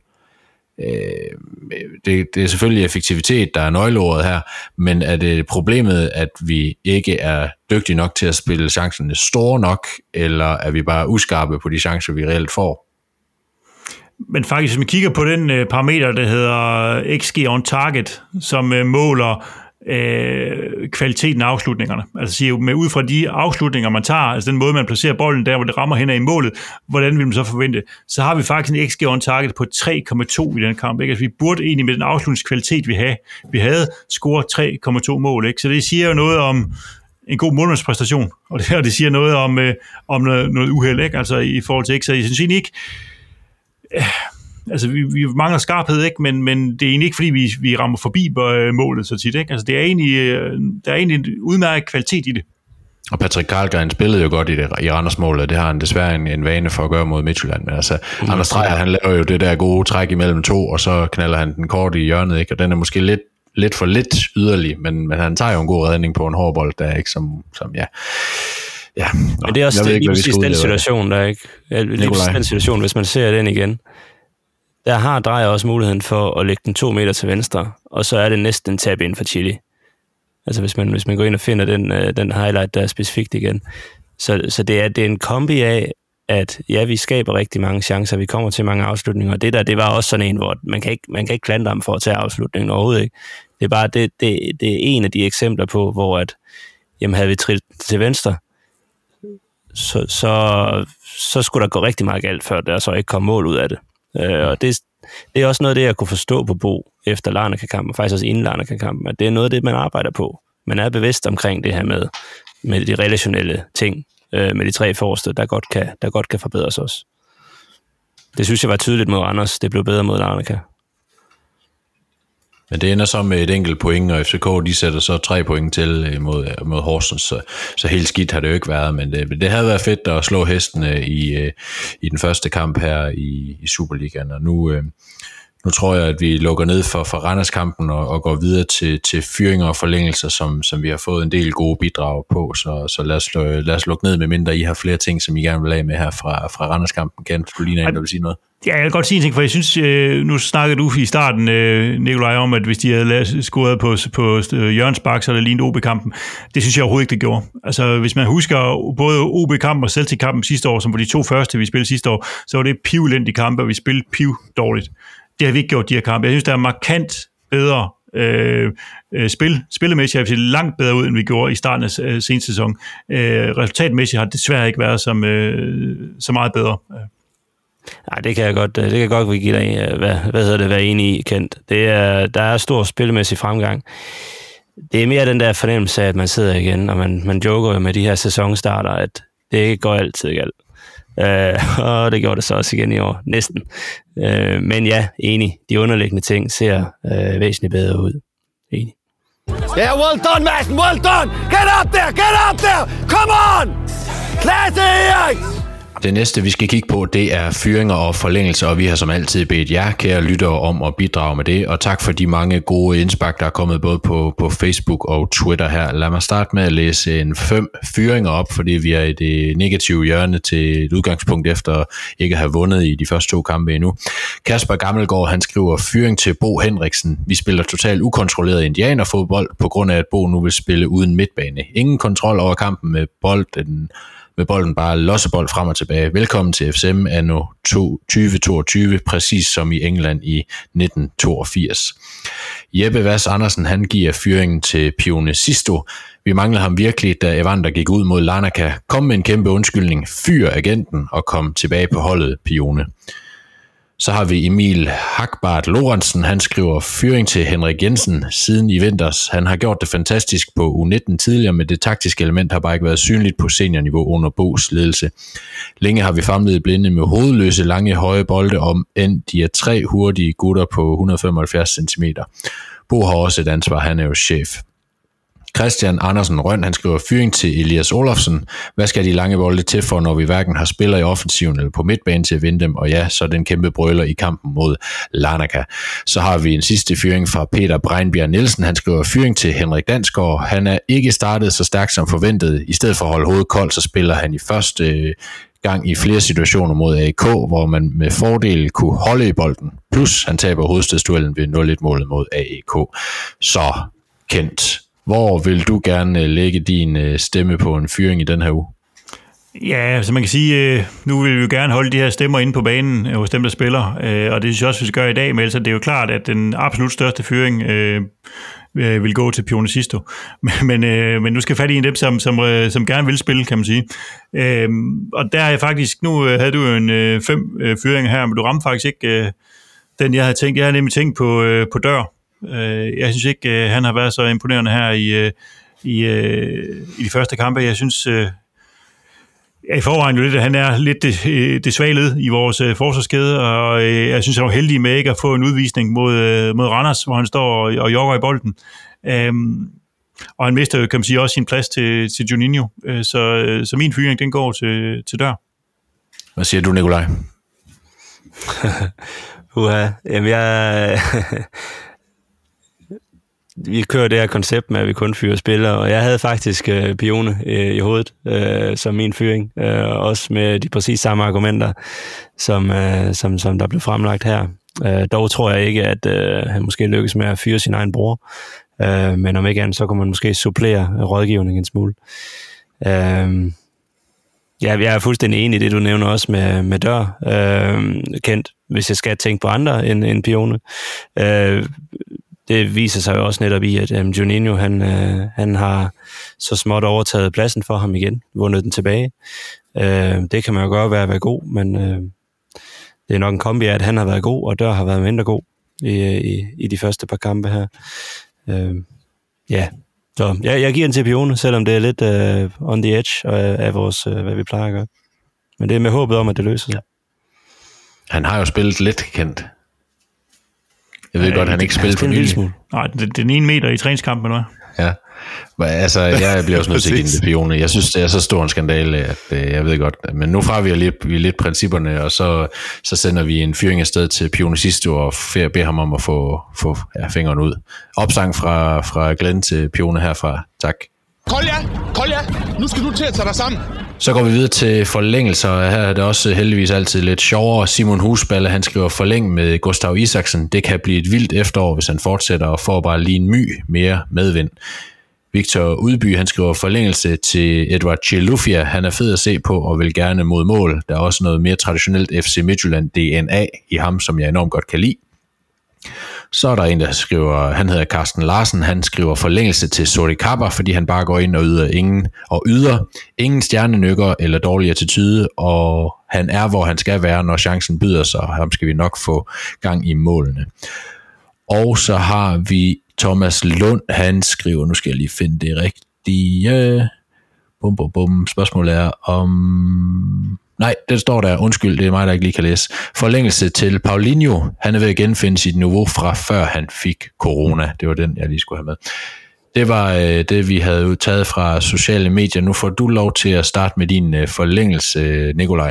Det, det er selvfølgelig effektivitet, der er nøgleordet her, men er det problemet, at vi ikke er dygtige nok til at spille chancerne store nok, eller er vi bare uskarpe på de chancer, vi reelt får? Men faktisk, hvis man kigger på den øh, parameter, der hedder X G on target, som øh, måler øh, kvaliteten af afslutningerne, altså siger med ud fra de afslutninger, man tager, altså den måde, man placerer bolden der, hvor det rammer hen i målet, hvordan vil man så forvente? Så har vi faktisk en X G on target på tre komma to i den kamp, ikke? Altså vi burde egentlig med den afslutningskvalitet, vi havde, vi havde scoret tre komma to mål, ikke? Så det siger jo noget om en god målmandspræstation, og det, og det siger noget om, øh, om noget, noget uheld, ikke? Altså i forhold til ikke, så jeg synes egentlig ikke, øh, altså, vi, vi mangler skarphed, ikke? Men, men det er egentlig ikke, fordi vi, vi rammer forbi målet så tit, ikke? Altså, det er egentlig, der er egentlig en udmærket kvalitet i det. Og Patrick Karlgren spillede jo godt i, det, i Randers mål, og det har han desværre en, en vane for at gøre mod Midtjylland. Men altså, mm. Anders Dreyer, han laver jo det der gode træk imellem to, og så knalder han den kort i hjørnet, ikke? Og den er måske lidt, lidt for lidt yderlig, men, men han tager jo en god redning på en hård bold, der ikke som, som ja... Ja, men det er også det, ikke, lige den situation, der ikke... Lige den situation, hvis man ser den igen, der har Dreyer også muligheden for at lægge den to meter til venstre, og så er det næsten en tab ind for Chili. Altså hvis man, hvis man går ind og finder den, den highlight, der er specifikt igen. Så, så det, er, det er en kombi af, at ja, vi skaber rigtig mange chancer, vi kommer til mange afslutninger, og det der, det var også sådan en, hvor man kan ikke, man kan ikke klandre ham for at tage afslutningen overhovedet ikke. Det er bare, det, det, det er en af de eksempler på, hvor at, jamen havde vi trillet til venstre, så, så, så skulle der gå rigtig meget galt, før der så ikke kom mål ud af det. Uh, og det, det er også noget af det, jeg kunne forstå på Bo efter Larnaca-kampen, og faktisk også inden Larnaca-kampen, at det er noget af det, man arbejder på. Man er bevidst omkring det her med, med de relationelle ting, uh, med de tre forreste, der godt, kan, der godt kan forbedres også. Det synes jeg var tydeligt mod Randers, det blev bedre mod Larnaca. Men det ender så med et enkelt point, og F C K, de sætter så tre point til mod, mod Horsens, så, så helt skidt har det jo ikke været, men det, det havde været fedt at slå hestene i, i den første kamp her i, i Superligaen, og nu, nu tror jeg, at vi lukker ned for, for Randers-kampen og, og går videre til, til fyringer og forlængelser, som, som vi har fået en del gode bidrag på, så, så lad, os, lad os lukke ned, med mindre I har flere ting, som I gerne vil have med her fra, fra Randers-kampen. Kan du lige ind, der vil sige noget? Ja, jeg vil godt sige en ting, for jeg synes, øh, nu snakkede du i starten, øh, Nikolaj, om, at hvis de havde scoret på, på Jørgens Bak, så er det lige en O B-kampen. Det synes jeg overhovedet ikke, det gjorde. Altså, hvis man husker både O B-kampen og Celtic-kampen sidste år, som var de to første, vi spillede sidste år, så var det piv-elendige kampe, og vi spillede piv dårligt. Det har vi ikke gjort, de her kampe. Jeg synes, der er markant bedre øh, spil. Spillemæssigt har vi set langt bedre ud, end vi gjorde i starten af øh, seneste sæson. Øh, resultatmæssigt har det desværre ikke været som, øh, så meget bedre. Nej, det kan jeg godt, det kan jeg godt give dig, hvad, hvad hedder det, være enig i, Kent. Det er, der er stor spillemæssig fremgang. Det er mere den der fornemmelse af, at man sidder igen, og man, man joker jo med de her sæsonstarter, at det ikke går altid galt. Uh, og det gjorde det så også igen i år, næsten. Uh, men ja, enig. De underliggende ting ser uh, væsentligt bedre ud. Enig. Yeah, well done, Madsen, well done! Get up there, get up there! Come on! Klasse, Erik! Det næste, vi skal kigge på, det er fyringer og forlængelser, og vi har som altid bedt jer, kære lyttere, om at bidrage med det, og tak for de mange gode indspark, der er kommet både på, på Facebook og Twitter her. Lad mig starte med at læse en fem fyringer op, fordi vi er i det negative hjørne til et udgangspunkt efter ikke at have vundet i de første to kampe endnu. Kasper Gammelgaard, han skriver fyring til Bo Henriksen. Vi spiller totalt ukontrolleret indianerfodbold, på grund af at Bo nu vil spille uden midtbane. Ingen kontrol over kampen med bolden. Med bolden bare lossebold frem og tilbage. Velkommen til F C M anno tyve toogtyve, præcis som i England i nitten toogfirs. Jeppe Vass Andersen, han giver fyringen til Pione Sisto. Vi mangler ham virkelig, da Evander gik ud mod Larnaca. Kom med en kæmpe undskyldning, fyr agenten og kom tilbage på holdet, Pione. Så har vi Emil Hagbart Lorentzen, han skriver fyring til Henrik Jensen siden i vinters. Han har gjort det fantastisk på U nitten tidligere, men det taktiske element har bare ikke været synligt på seniorniveau under Bo's ledelse. Længe har vi famlet i blinde med hovedløse lange høje bolde, om end de er tre hurtige gutter på et hundrede og femoghalvfjerds centimeter. Bo har også et ansvar, han er jo chef. Christian Andersen Røn, han skriver fyring til Elias Olofsen. Hvad skal de lange bolde til for, når vi hverken har spillere i offensiven eller på midtbanen til at vinde dem? Og ja, så er den kæmpe brøler i kampen mod Larnaca. Så har vi en sidste fyring fra Peter Breinbjerg Nielsen. Han skriver fyring til Henrik Dansgaard. Han er ikke startet så stærkt som forventet. I stedet for at holde hovedet koldt, så spiller han i første gang i flere situationer mod A I K, hvor man med fordel kunne holde i bolden. Plus han taber hovedstadsduellen ved nul et målet mod A I K. Så Kent, hvor vil du gerne lægge din stemme på en fyring i den her uge? Ja, altså man kan sige, nu vil vi jo gerne holde de her stemmer inde på banen hos dem, der spiller, og det synes jeg også, vi skal gøre i dag, men så det er jo klart, at den absolut største fyring øh, vil gå til Pionicisto. Men, øh, men nu skal jeg fat i en af dem, som, som, som gerne vil spille, kan man sige. Øh, og der er jeg faktisk, nu havde du jo en øh, fem øh, fyringer her, men du ramte faktisk ikke øh, den, jeg havde tænkt. Jeg havde nemlig tænkt på, øh, på Dør. Jeg synes ikke, han har været så imponerende her i, i, i de første kampe. Jeg synes i forvejen jo lidt, at han er lidt det, det svage led i vores forsvarskæde, og jeg synes, han var heldig med ikke at få en udvisning mod, mod Randers, hvor han står og, og jogger i bolden. Um, og han mister jo, kan man sige, også sin plads til, til Juninho. Så, så min fyring, den går til, til Dør. Hvad siger du, Nikolaj? Uha, jamen jeg... Vi kører det her koncept med, at vi kun fyrer spillere, og jeg havde faktisk øh, Pione øh, i hovedet øh, som min fyring, øh, også med de præcis samme argumenter, som, øh, som, som der blev fremlagt her. Øh, dog tror jeg ikke, at øh, han måske lykkes med at fyre sin egen bror, øh, men om ikke andet, så kan man måske supplere rådgivningen en smule. Øh, ja, jeg er fuldstændig enig i det, du nævner også med, med Dør, øh, Kent, hvis jeg skal tænke på andre end, end Pione. Øh, Det viser sig jo også netop i, at um, Juninho, han, øh, han har så småt overtaget pladsen for ham igen, vundet den tilbage. Øh, det kan man jo godt være at være god, men øh, det er nok en kombi af, at han har været god, og Dør har været mindre god i, i, i de første par kampe her. Øh, ja, så jeg, jeg giver den til Pione, selvom det er lidt øh, on the edge af, af vores, øh, hvad vi plejer at gøre. Men det er med håbet om, at det løser sig. Han har jo spillet lidt, Kendt. Jeg ved ja, godt, han ikke spiller for nylig. Nej, det, det er en meter i træningskampen, eller Ja, altså jeg bliver også nødt til at give det Pione. Jeg synes, det er så stor en skandale, at jeg ved godt. Men nu fra vi lidt, vi lidt principperne, og så, så sender vi en fyring afsted til Pionicisto og beder ham om at få, få ja, fingeren ud. Opsang fra, fra Glenn til Pione herfra. Tak. Kold ja, kold ja. Nu skal du til at tage dig sammen. Så går vi videre til forlængelser. Her er det også heldigvis altid lidt sjovere. Simon Husballe, han skriver forlæng med Gustav Isaksen. Det kan blive et vildt efterår, hvis han fortsætter og får bare lige en my mere medvind. Victor Udby, han skriver forlængelse til Edward Chilufya. Han er fed at se på og vil gerne mod mål. Der er også noget mere traditionelt F C Midtjylland D N A i ham, som jeg enormt godt kan lide. Så er der en, der skriver, han hedder Carsten Larsen, han skriver forlængelse til Soricaba, fordi han bare går ind og yder ingen, og yder ingen stjernenykker eller dårlig attitude, og han er, hvor han skal være, når chancen byder sig, og ham skal vi nok få gang i målene. Og så har vi Thomas Lund, han skriver, nu skal jeg lige finde det rigtige, bum, bum, bum. Spørgsmålet er om... Nej, det står der. Undskyld, det er mig, der ikke lige kan læse. Forlængelse til Paulinho. Han er ved at genfinde sit niveau fra før han fik corona. Det var den, jeg lige skulle have med. Det var øh, det, vi havde taget fra sociale medier. Nu får du lov til at starte med din øh, forlængelse, Nikolaj.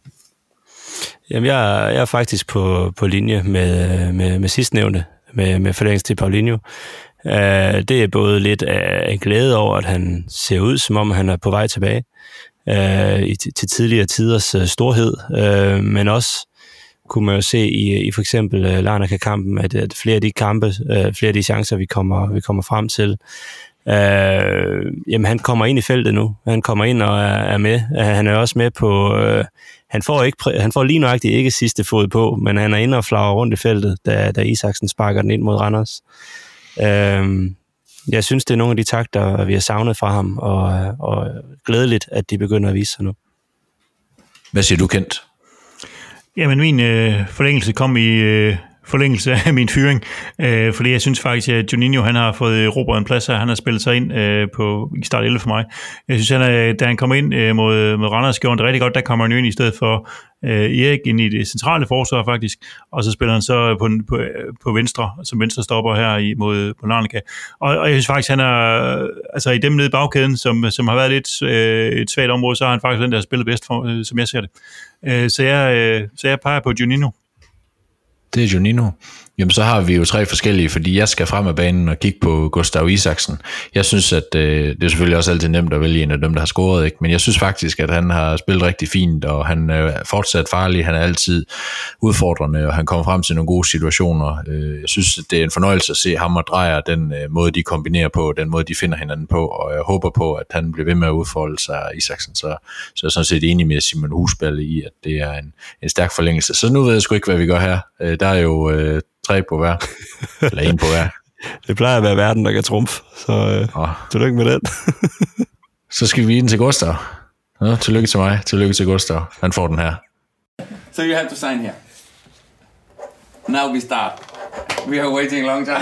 Jamen, jeg, jeg er faktisk på, på linje med, med, med sidstnævnte, med, med forlængelse til Paulinho. Uh, det er både lidt af en glæde over, at han ser ud, som om han er på vej tilbage uh, i, til tidligere tiders uh, storhed, uh, men også kunne man jo se i, i for eksempel uh, Larnaca-kampen, at, at flere af de kampe, uh, flere af de chancer, vi kommer, vi kommer frem til, uh, jamen han kommer ind i feltet nu. Han kommer ind og er, er med. Uh, han er også med på... Uh, han, får ikke, han får lige nøjagtigt ikke sidste fod på, men han er inde og flagrer rundt i feltet, da, da Isaksen sparker den ind mod Randers. Øhm, jeg synes, det er nogle af de takter, vi har savnet fra ham, og, og glædeligt, at de begynder at vise sig nu. Hvad siger du, Kent? Jamen, min øh, forlængelse kom i øh, forlængelse af min fyring, øh, fordi jeg synes faktisk, at Juninho, han har fået råbret en plads her. Han har spillet sig ind øh, på i start elleve for mig. Jeg synes, han er, da han kommer ind øh, mod, mod Randers, gjorde han det rigtig godt. Der kommer han jo ind i stedet for øh, Erik ind i det centrale forsvar faktisk, og så spiller han så på, på, på venstre, som venstre stopper her i, mod på Larnaca. Og, og jeg synes faktisk, han er, altså i dem nede i bagkæden, som, som har været lidt øh, et svagt område, så har han faktisk den, der har spillet bedst, for, øh, som jeg ser det. Øh, så, jeg, øh, så jeg peger på Juninho. Det er Juninho. Jamen, så har vi jo tre forskellige, fordi jeg skal frem af banen og kigge på Gustav Isaksen. Jeg synes, at øh, det er selvfølgelig også altid nemt at vælge en af dem, der har scoret, ikke? Men jeg synes faktisk, at han har spillet rigtig fint, og han er fortsat farlig. Han er altid udfordrende, og han kommer frem til nogle gode situationer. Øh, jeg synes, at det er en fornøjelse at se ham og Drejer, den øh, måde, de kombinerer på, den måde, de finder hinanden på, og jeg håber på, at han bliver ved med at udfolde sig, Isaksen. Så, så jeg er sådan set enig med Simon Husballe i, at det er en, en stærk forlængelse. Så nu ved jeg sgu ikke, hvad vi gør her. Øh, der er jo øh, tre på hver, eller en på hver. Det plejer at være verden, der kan trumfe, så øh, oh. tillykke med den. Så skal vi give den til Gustav. Ja, tillykke til mig, tillykke til Gustav. Han får den her. So you have to sign here. Now we start. We are waiting a long time.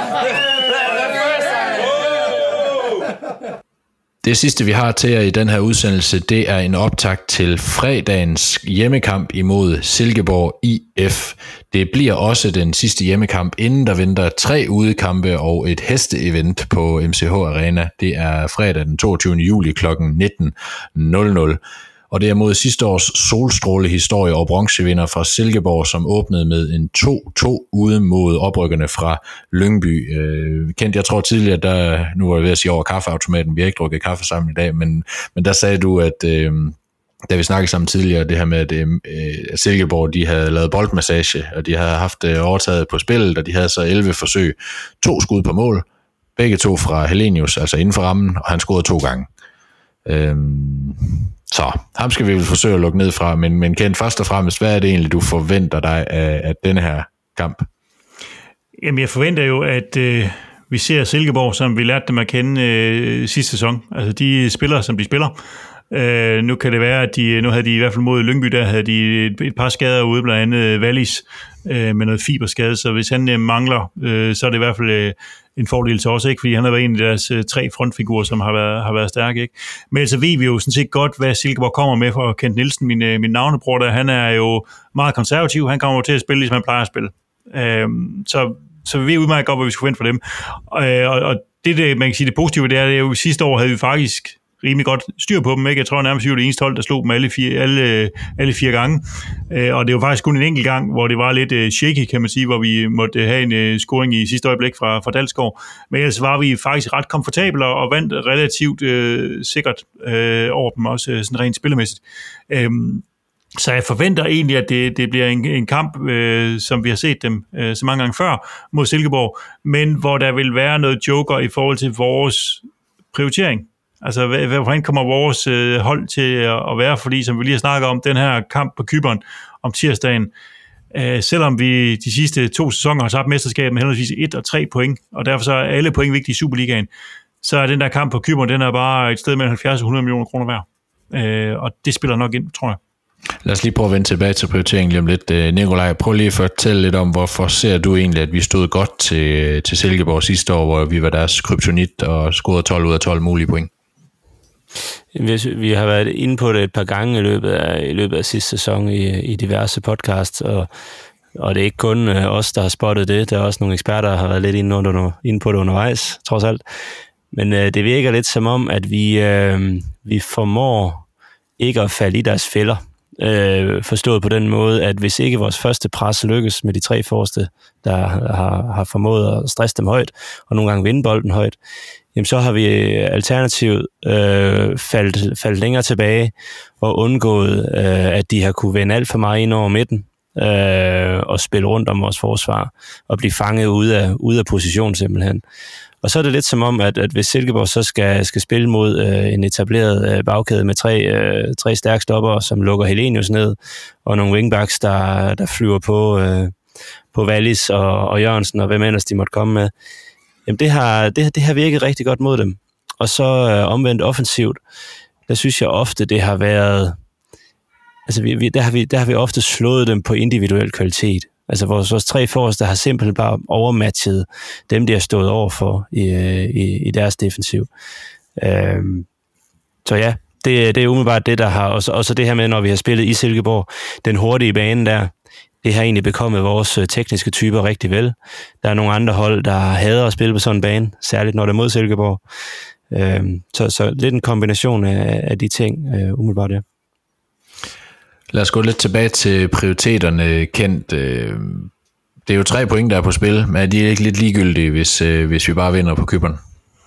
Det sidste, vi har til jer i den her udsendelse, det er en optakt til fredagens hjemmekamp imod Silkeborg I F. Det bliver også den sidste hjemmekamp, inden der venter tre udekampe og et hesteevent på M C H Arena. Det er fredag den toogtyvende juli klokken nitten nul nul. Og det er mod sidste års solstrålehistorie og bronzevinder fra Silkeborg, som åbnede med en to to ude mod oprykkerne fra Lyngby. Øh, kendt, jeg tror tidligere, der, nu var jeg ved at sige over kaffeautomaten, vi har ikke drukket kaffe sammen i dag, men, men der sagde du, at øh, da vi snakkede sammen tidligere, det her med, at øh, Silkeborg, de havde lavet boldmassage, og de havde haft øh, overtaget på spillet, og de havde så elleve forsøg, to skud på mål, begge to fra Helenius, altså inden for rammen, og han scorede to gange. Øh, Så ham skal vi vel forsøge at lukke ned fra, men, men Kent, først og fremmest, hvad er det egentlig, du forventer dig af, af denne her kamp? Jamen, jeg forventer jo, at øh, vi ser Silkeborg, som vi lærte dem at kende øh, sidste sæson. Altså, de spiller, som de spiller. Øh, nu kan det være, at de, nu havde de i hvert fald mod Lyngby, der havde de et, et par skader ude, blandt andet Wallis øh, med noget fiberskade, så hvis han øh, mangler, øh, så er det i hvert fald øh, en fordel til os, ikke? Fordi han har været en af deres øh, tre frontfigurer, som har været, har været stærke, ikke? Men altså ved vi jo sådan set godt, hvad Silkeborg kommer med for Kent Nielsen, min, øh, min navnebror der, han er jo meget konservativ, han kommer til at spille, ligesom han plejer at spille. Øh, så, så vi ved udmærket godt, hvad vi skal forvente for dem. Øh, og, og det, det, man kan sige, det positive, det er, det er jo sidste år havde vi faktisk rimelig godt styr på dem, ikke? Jeg tror nærmest, vi var det eneste hold, der slog dem alle fire, alle, alle fire gange. Øh, og det var faktisk kun en enkelt gang, hvor det var lidt uh, shaky, kan man sige, hvor vi måtte have en uh, scoring i sidste øjeblik fra, fra Dalsgaard. Men ellers var vi faktisk ret komfortable og vandt relativt uh, sikkert uh, over dem, også uh, sådan rent spillemæssigt. Um, Så jeg forventer egentlig, at det, det bliver en, en kamp, øh, som vi har set dem øh, så mange gange før mod Silkeborg, men hvor der vil være noget joker i forhold til vores prioritering. Altså, hvordan kommer vores øh, hold til at være? Fordi, som vi lige har snakket om, den her kamp på Cypern om tirsdagen, øh, selvom vi de sidste to sæsoner har tabt mesterskabet med henholdsvis et og tre point, og derfor så er alle point vigtige i Superligaen, så er den der kamp på Cypern, den er bare et sted mellem halvfjerds og hundrede millioner kroner værd. Øh, og det spiller nok ind, tror jeg. Lad os lige prøve at vende tilbage til prioriteringen lige om lidt. Nikolaj, prøv lige at fortælle lidt om, hvorfor ser du egentlig, at vi stod godt til, til Silkeborg sidste år, hvor vi var deres kryptonit og scorede tolv ud af tolv mulige point? Vi har været inde på det et par gange i løbet af, i løbet af sidste sæson i, i diverse podcasts, og, og det er ikke kun os, der har spottet det. Der er også nogle eksperter, der har været lidt inde, under, inde på det undervejs, trods alt. Men øh, det virker lidt som om, at vi, øh, vi formår ikke at falde i deres fælder. Øh, forstået på den måde, at hvis ikke vores første pres lykkes med de tre forreste, der har, har formået at stresse dem højt, og nogle gange vinde bolden højt, jamen så har vi alternativt øh, faldt, faldt længere tilbage og undgået, øh, at de har kunne vende alt for meget ind over midten øh, og spille rundt om vores forsvar og blive fanget ude af, ude af position simpelthen. Og så er det lidt som om, at, at hvis Silkeborg så skal, skal spille mod øh, en etableret øh, bagkæde med tre, øh, tre stærke stopper, som lukker Helenius ned, og nogle wingbacks, der, der flyver på, øh, på Wallis og, og Jørgensen, og hvem ellers de måtte komme med, jamen det har, det, det har virket rigtig godt mod dem. Og så øh, omvendt offensivt, der synes jeg ofte, det har været altså vi, vi, der, har vi, der har vi ofte slået dem på individuel kvalitet. Altså vores, vores tre forreste har simpelthen bare overmatchet dem, de har stået over for i, i, i deres defensiv. Øhm, så ja, det, det er umiddelbart det, der har... Og så, og så det her med, når vi har spillet i Silkeborg, den hurtige bane der, det har egentlig bekommet vores tekniske typer rigtig vel. Der er nogle andre hold, der hader at spille på sådan en bane, særligt når det er mod Silkeborg. Øhm, så, så lidt en kombination af, af de ting, øh, umiddelbart ja. Lad os gå lidt tilbage til prioriteterne, Kent. Det er jo tre point, der er på spil, men er de ikke lidt ligegyldige, hvis, hvis vi bare vinder på Cypern?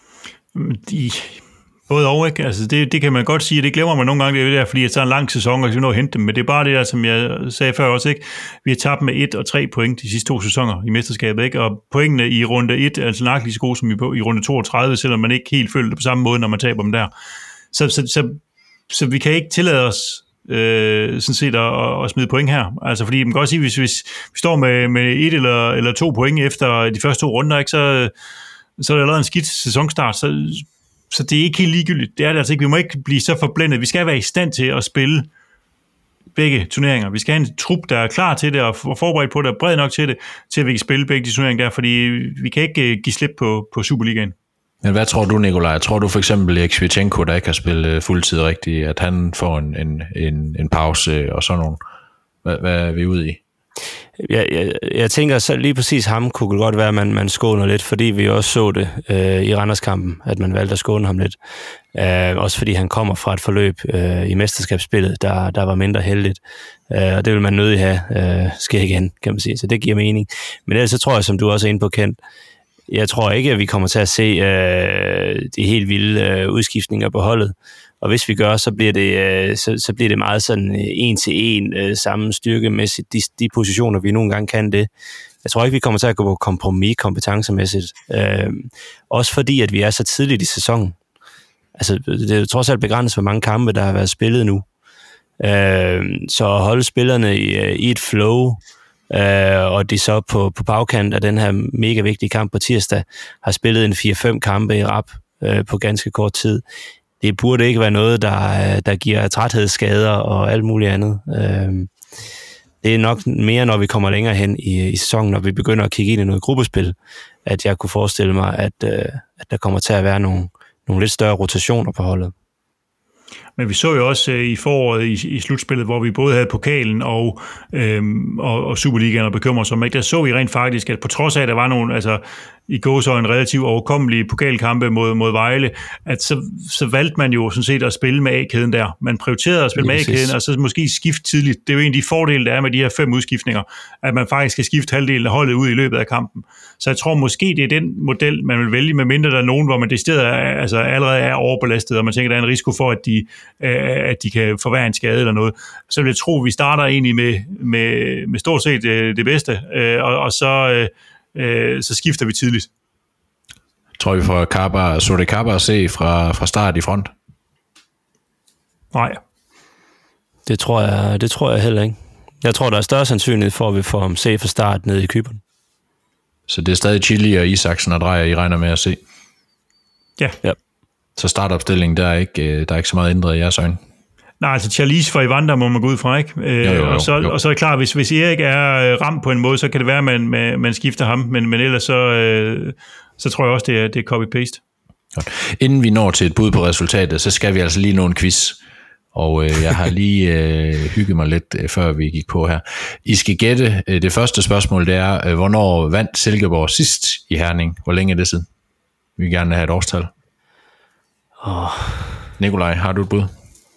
De, både og, ikke? Altså det, det kan man godt sige, det glemmer man nogle gange, det er der, fordi det er en lang sæson, og vi nå at hente dem, men det er bare det der, som jeg sagde før også, ikke? Vi har tabt med et og tre point de sidste to sæsoner i mesterskabet, ikke? Og pointene i runde et er altså nok lige så gode som i, i runde toogtredive, selvom man ikke helt føler det på samme måde, når man taber dem der. Så, så, så, så vi kan ikke tillade os Øh, sådan set at, at smide point her. Altså fordi man kan godt sige, hvis, hvis vi står med, med et eller, eller to point efter de første to runder, ikke, så, så er det allerede en skidt sæsonstart, så, så det er ikke helt ligegyldigt. Det er det altså ikke. Vi må ikke blive så forblændet. Vi skal være i stand til at spille begge turneringer. Vi skal have en trup, der er klar til det og forberedt på det og bred nok til det, til at vi kan spille begge de turneringer der, fordi vi kan ikke give slip på, på Superligaen. Men hvad tror du, Nikolaj? Tror du for eksempel, at Svitjenko, der ikke har spillet fuldtid rigtigt, at han får en, en, en, en pause og sådan noget? Hvad, hvad er vi ude i? Jeg, jeg, jeg tænker så lige præcis ham kunne godt være, at man, man skåner lidt, fordi vi også så det øh, i Randerskampen, at man valgte at skåne ham lidt. Øh, også fordi han kommer fra et forløb øh, i mesterskabsspillet, der, der var mindre heldigt. Øh, og det vil man nødig have øh, ske igen, kan man sige. Så det giver mening. Men ellers så tror jeg, som du også er inde på, Kent, jeg tror ikke, at vi kommer til at se øh, de helt vilde øh, udskiftninger på holdet. Og hvis vi gør, så bliver det, øh, så, så bliver det meget sådan øh, en til en øh, samme styrkemæssigt, de, de positioner, vi nogle gange kan det. Jeg tror ikke, vi kommer til at gå på kompromis kompetencemæssigt. Øh, også fordi, at vi er så tidligt i sæsonen. Altså, det er jo trods alt begrænset, hvor mange kampe, der har været spillet nu. Øh, så at holde spillerne i, i et flow, Uh, og de så på, på bagkant af den her mega vigtige kamp på tirsdag har spillet en fire fem kampe i rap uh, på ganske kort tid. Det burde ikke være noget, der, der giver træthedsskader og alt muligt andet. Uh, det er nok mere, når vi kommer længere hen i, i sæsonen, når vi begynder at kigge ind i noget gruppespil, at jeg kunne forestille mig, at, uh, at der kommer til at være nogle, nogle lidt større rotationer på holdet. Men vi så jo også øh, i foråret i, i slutspillet, hvor vi både havde pokalen og, øhm, og, og Superligaen og bekymrer os om, ikke? Der så vi rent faktisk, at på trods af, at der var nogle, altså i gåseøjne relativt overkommelige pokalkampe mod, mod Vejle, at så, så valgte man jo sådan set at spille med A-kæden der. Man prioriterede at spille med A-kæden, og så måske skifte tidligt. Det er jo en af de fordele, der er med de her fem udskiftninger, at man faktisk skal skifte halvdelen af holdet ud i løbet af kampen. Så jeg tror måske, det er den model, man vil vælge, med mindre der er nogen, hvor man det sted er, altså allerede er overbelastet, og man tænker, der er en risiko for, at de, at de kan forværre en skade eller noget. Så vil jeg tro, at vi starter egentlig med, med, med stort set det bedste, og, og så så skifter vi tidligt. Tror vi får Kaba, så det Kaba at se fra, fra start i front? Nej. Det tror jeg, det tror jeg heller ikke. Jeg tror, der er større sandsynlighed for, at vi får ham se fra start nede i Cypern. Så det er stadig Chili og Isaksen og Drejer, I regner med at se? Ja. ja. Så startopstillingen, der er ikke, der er ikke så meget ændret i jeres øjne? Nej, altså Charlize for Evander må man gå ud fra, ikke? Jo, jo, jo, og, så, jo. og så er det klart, hvis, hvis Erik er ramt på en måde, så kan det være, at man, man, man skifter ham, men, men ellers så, øh, så tror jeg også, det er, det er copy-paste. Godt. Inden vi når til et bud på resultatet, så skal vi altså lige nå en quiz. Og øh, jeg har lige øh, hygget mig lidt, øh, før vi gik på her. I skal gætte, øh, det første spørgsmål, det er, øh, hvornår vandt Silkeborg sidst i Herning? Hvor længe er det siden? Vi vil gerne have et årstal. Oh. Nikolaj, har du et bud?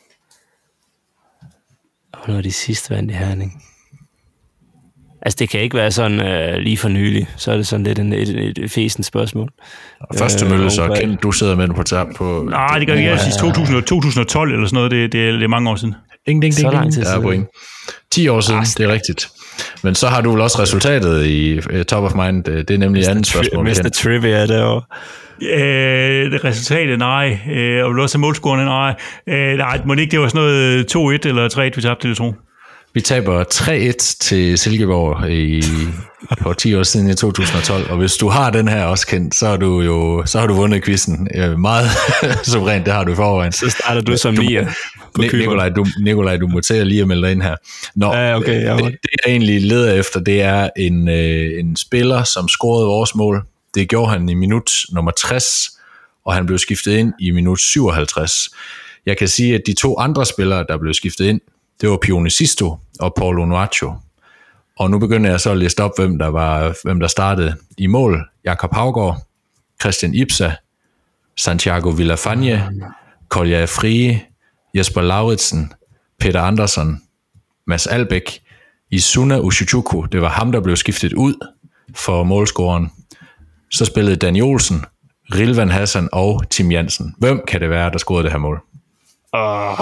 Hvornår er de sidste vandt i Herning? Altså, det kan ikke være sådan øh, lige for nylig. Så er det sådan lidt en, et, et, et fæsent spørgsmål. Første mølle, øh, så Kent, du sidder med den på tab på... Nej, det gør vi ikke. to tusind, to tusind og tolv eller sådan noget. Det, det, er, det er mange år siden. Ding, ding, ding, ding. Der er point. ti år siden, det er rigtigt. Men så har du vel også resultatet i uh, top of mind. Det er nemlig andet spørgsmål. mister Trivia derovre. Øh, det resultatet, nej. Øh, og vil du også have målscorerne, nej. Øh, nej, må det ikke, det var sådan noget to et eller tre et, vi tabte, det tror. Vi taber tre et til Silkeborg i, på ti år siden i to tusind og tolv, og hvis du har den her også kendt, så har du jo så har du vundet quizzen. Meget suverænt, det har du i forvejen. Så starter du som nier på Cypern. Nikolaj, du, Nikolaj, du må til at lige at melde dig ind her. Nå, ja, okay, ja, det, det jeg egentlig leder efter, det er en, øh, en spiller, som scorede vores mål. Det gjorde han i minut nummer tres, og han blev skiftet ind i minut syvoghalvtreds. Jeg kan sige, at de to andre spillere, der blev skiftet ind, det var Pione Sisto og Paulo Nuaccio. Og nu begynder jeg så at liste op, hvem der, var, hvem der startede i mål. Jakob Haugaard, Christian Ibsa, Santiago Villafañe, Kolja Frie, Jesper Lauritsen, Peter Andersson, Mads Albæk, Isuna Ushichuku, det var ham, der blev skiftet ud for målscoren. Så spillede Dan Olsen, Rilvan Hassan og Tim Jansen. Hvem kan det være, der scorede det her mål? Oh.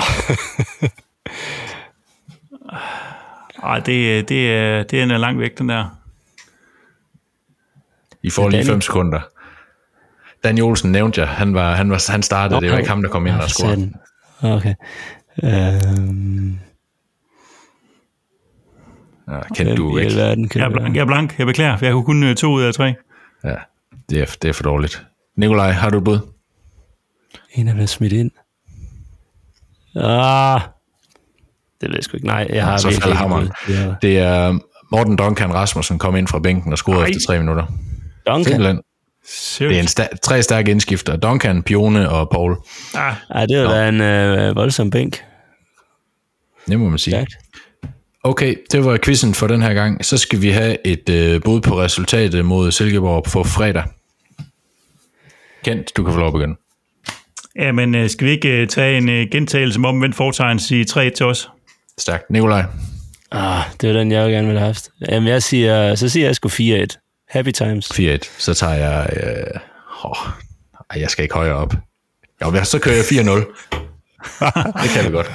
Ej, det, det, er, det er en lang væk, den der. I får lige fem sekunder. Dan Olsen nævnte jeg. Han, var, han, var, han startede. Okay. Det var ikke ham, der kom ind og scorede. Okay. Um... Ja, kendte du ikke? Verden, jeg, er blank, jeg er blank. Jeg beklager, for jeg kunne kun to ud af tre. Ja, det er, det er for dårligt. Nikolaj, har du et bud? En er blevet smidt ind. Ah, det ved jeg sgu ikke. Nej, jeg har så virkelig ikke ja. Det er Morten Duncan Rasmussen kom ind fra bænken og scorede efter tre minutter. Duncan? Det er en sta- tre stærke indskifter. Duncan, Pione og Paul. Ah, ah det var da en øh, voldsom bænk. Det må man sige. Stærkt. Okay, det var quizzen for den her gang. Så skal vi have et øh, bud på resultatet mod Silkeborg på fredag. Kent, du kan få lov at begynde. Ja, men skal vi ikke tage en gentagelse med omvendt foretegn sige tre et til os? Stærkt. Nikolaj? Ah, det var den, jeg jo gerne ville have haft. Jamen, jeg siger, så siger jeg sgu fire et. Happy times. fire et. Så tager jeg... Øh, åh, jeg skal ikke højere op. Jo, så kører jeg fire nul. Det kan vi godt.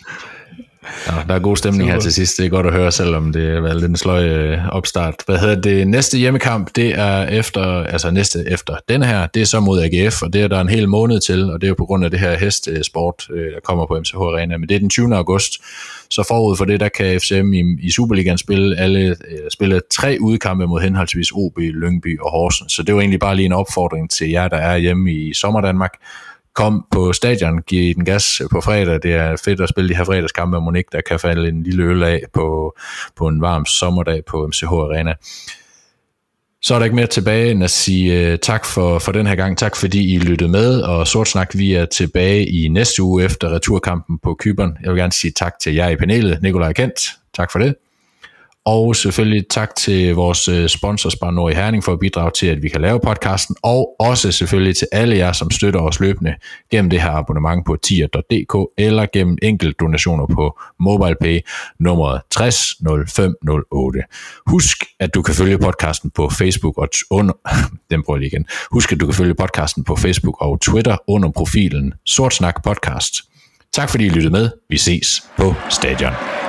Ja, der er god stemning her til sidst. Det er godt at høre, selvom det er lidt en sløj opstart. Hvad hedder det? Næste hjemmekamp, det er efter, altså næste efter denne her, det er så mod A G F, og det er der en hel måned til, og det er jo på grund af det her hestesport, der kommer på M C H Arena, men det er den tyvende august. Så forud for det, der kan F C M i, i Superligaen spille alle spille tre udkampe mod henholdsvis O B, Lyngby og Horsens. Så det var egentlig bare lige en opfordring til jer, der er hjemme i Sommerdanmark. Kom på stadion, giv den gas på fredag. Det er fedt at spille de her fredagskampe, og Monique, der kan falde en lille øl af på, på en varm sommerdag på M C H Arena. Så er der ikke mere tilbage end at sige uh, tak for, for den her gang. Tak fordi I lyttede med, og Sort Snak, vi er tilbage i næste uge efter returkampen på Cypern. Jeg vil gerne sige tak til jer i panelet, Nikolaj og Kent. Tak for det. Og selvfølgelig tak til vores sponsor Spar Nord i Herning for at bidrage til, at vi kan lave podcasten, og også selvfølgelig til alle jer, som støtter os løbende gennem det her abonnement på tier punktum d k eller gennem enkelt donationer på MobilePay nummeret tres nul fem nul otte. Husk, at du kan følge podcasten på Facebook og under den prøver jeg igen. Husk, at du kan følge podcasten på Facebook og Twitter under profilen Sort Snak Podcast. Tak fordi I lyttede med. Vi ses på stadion.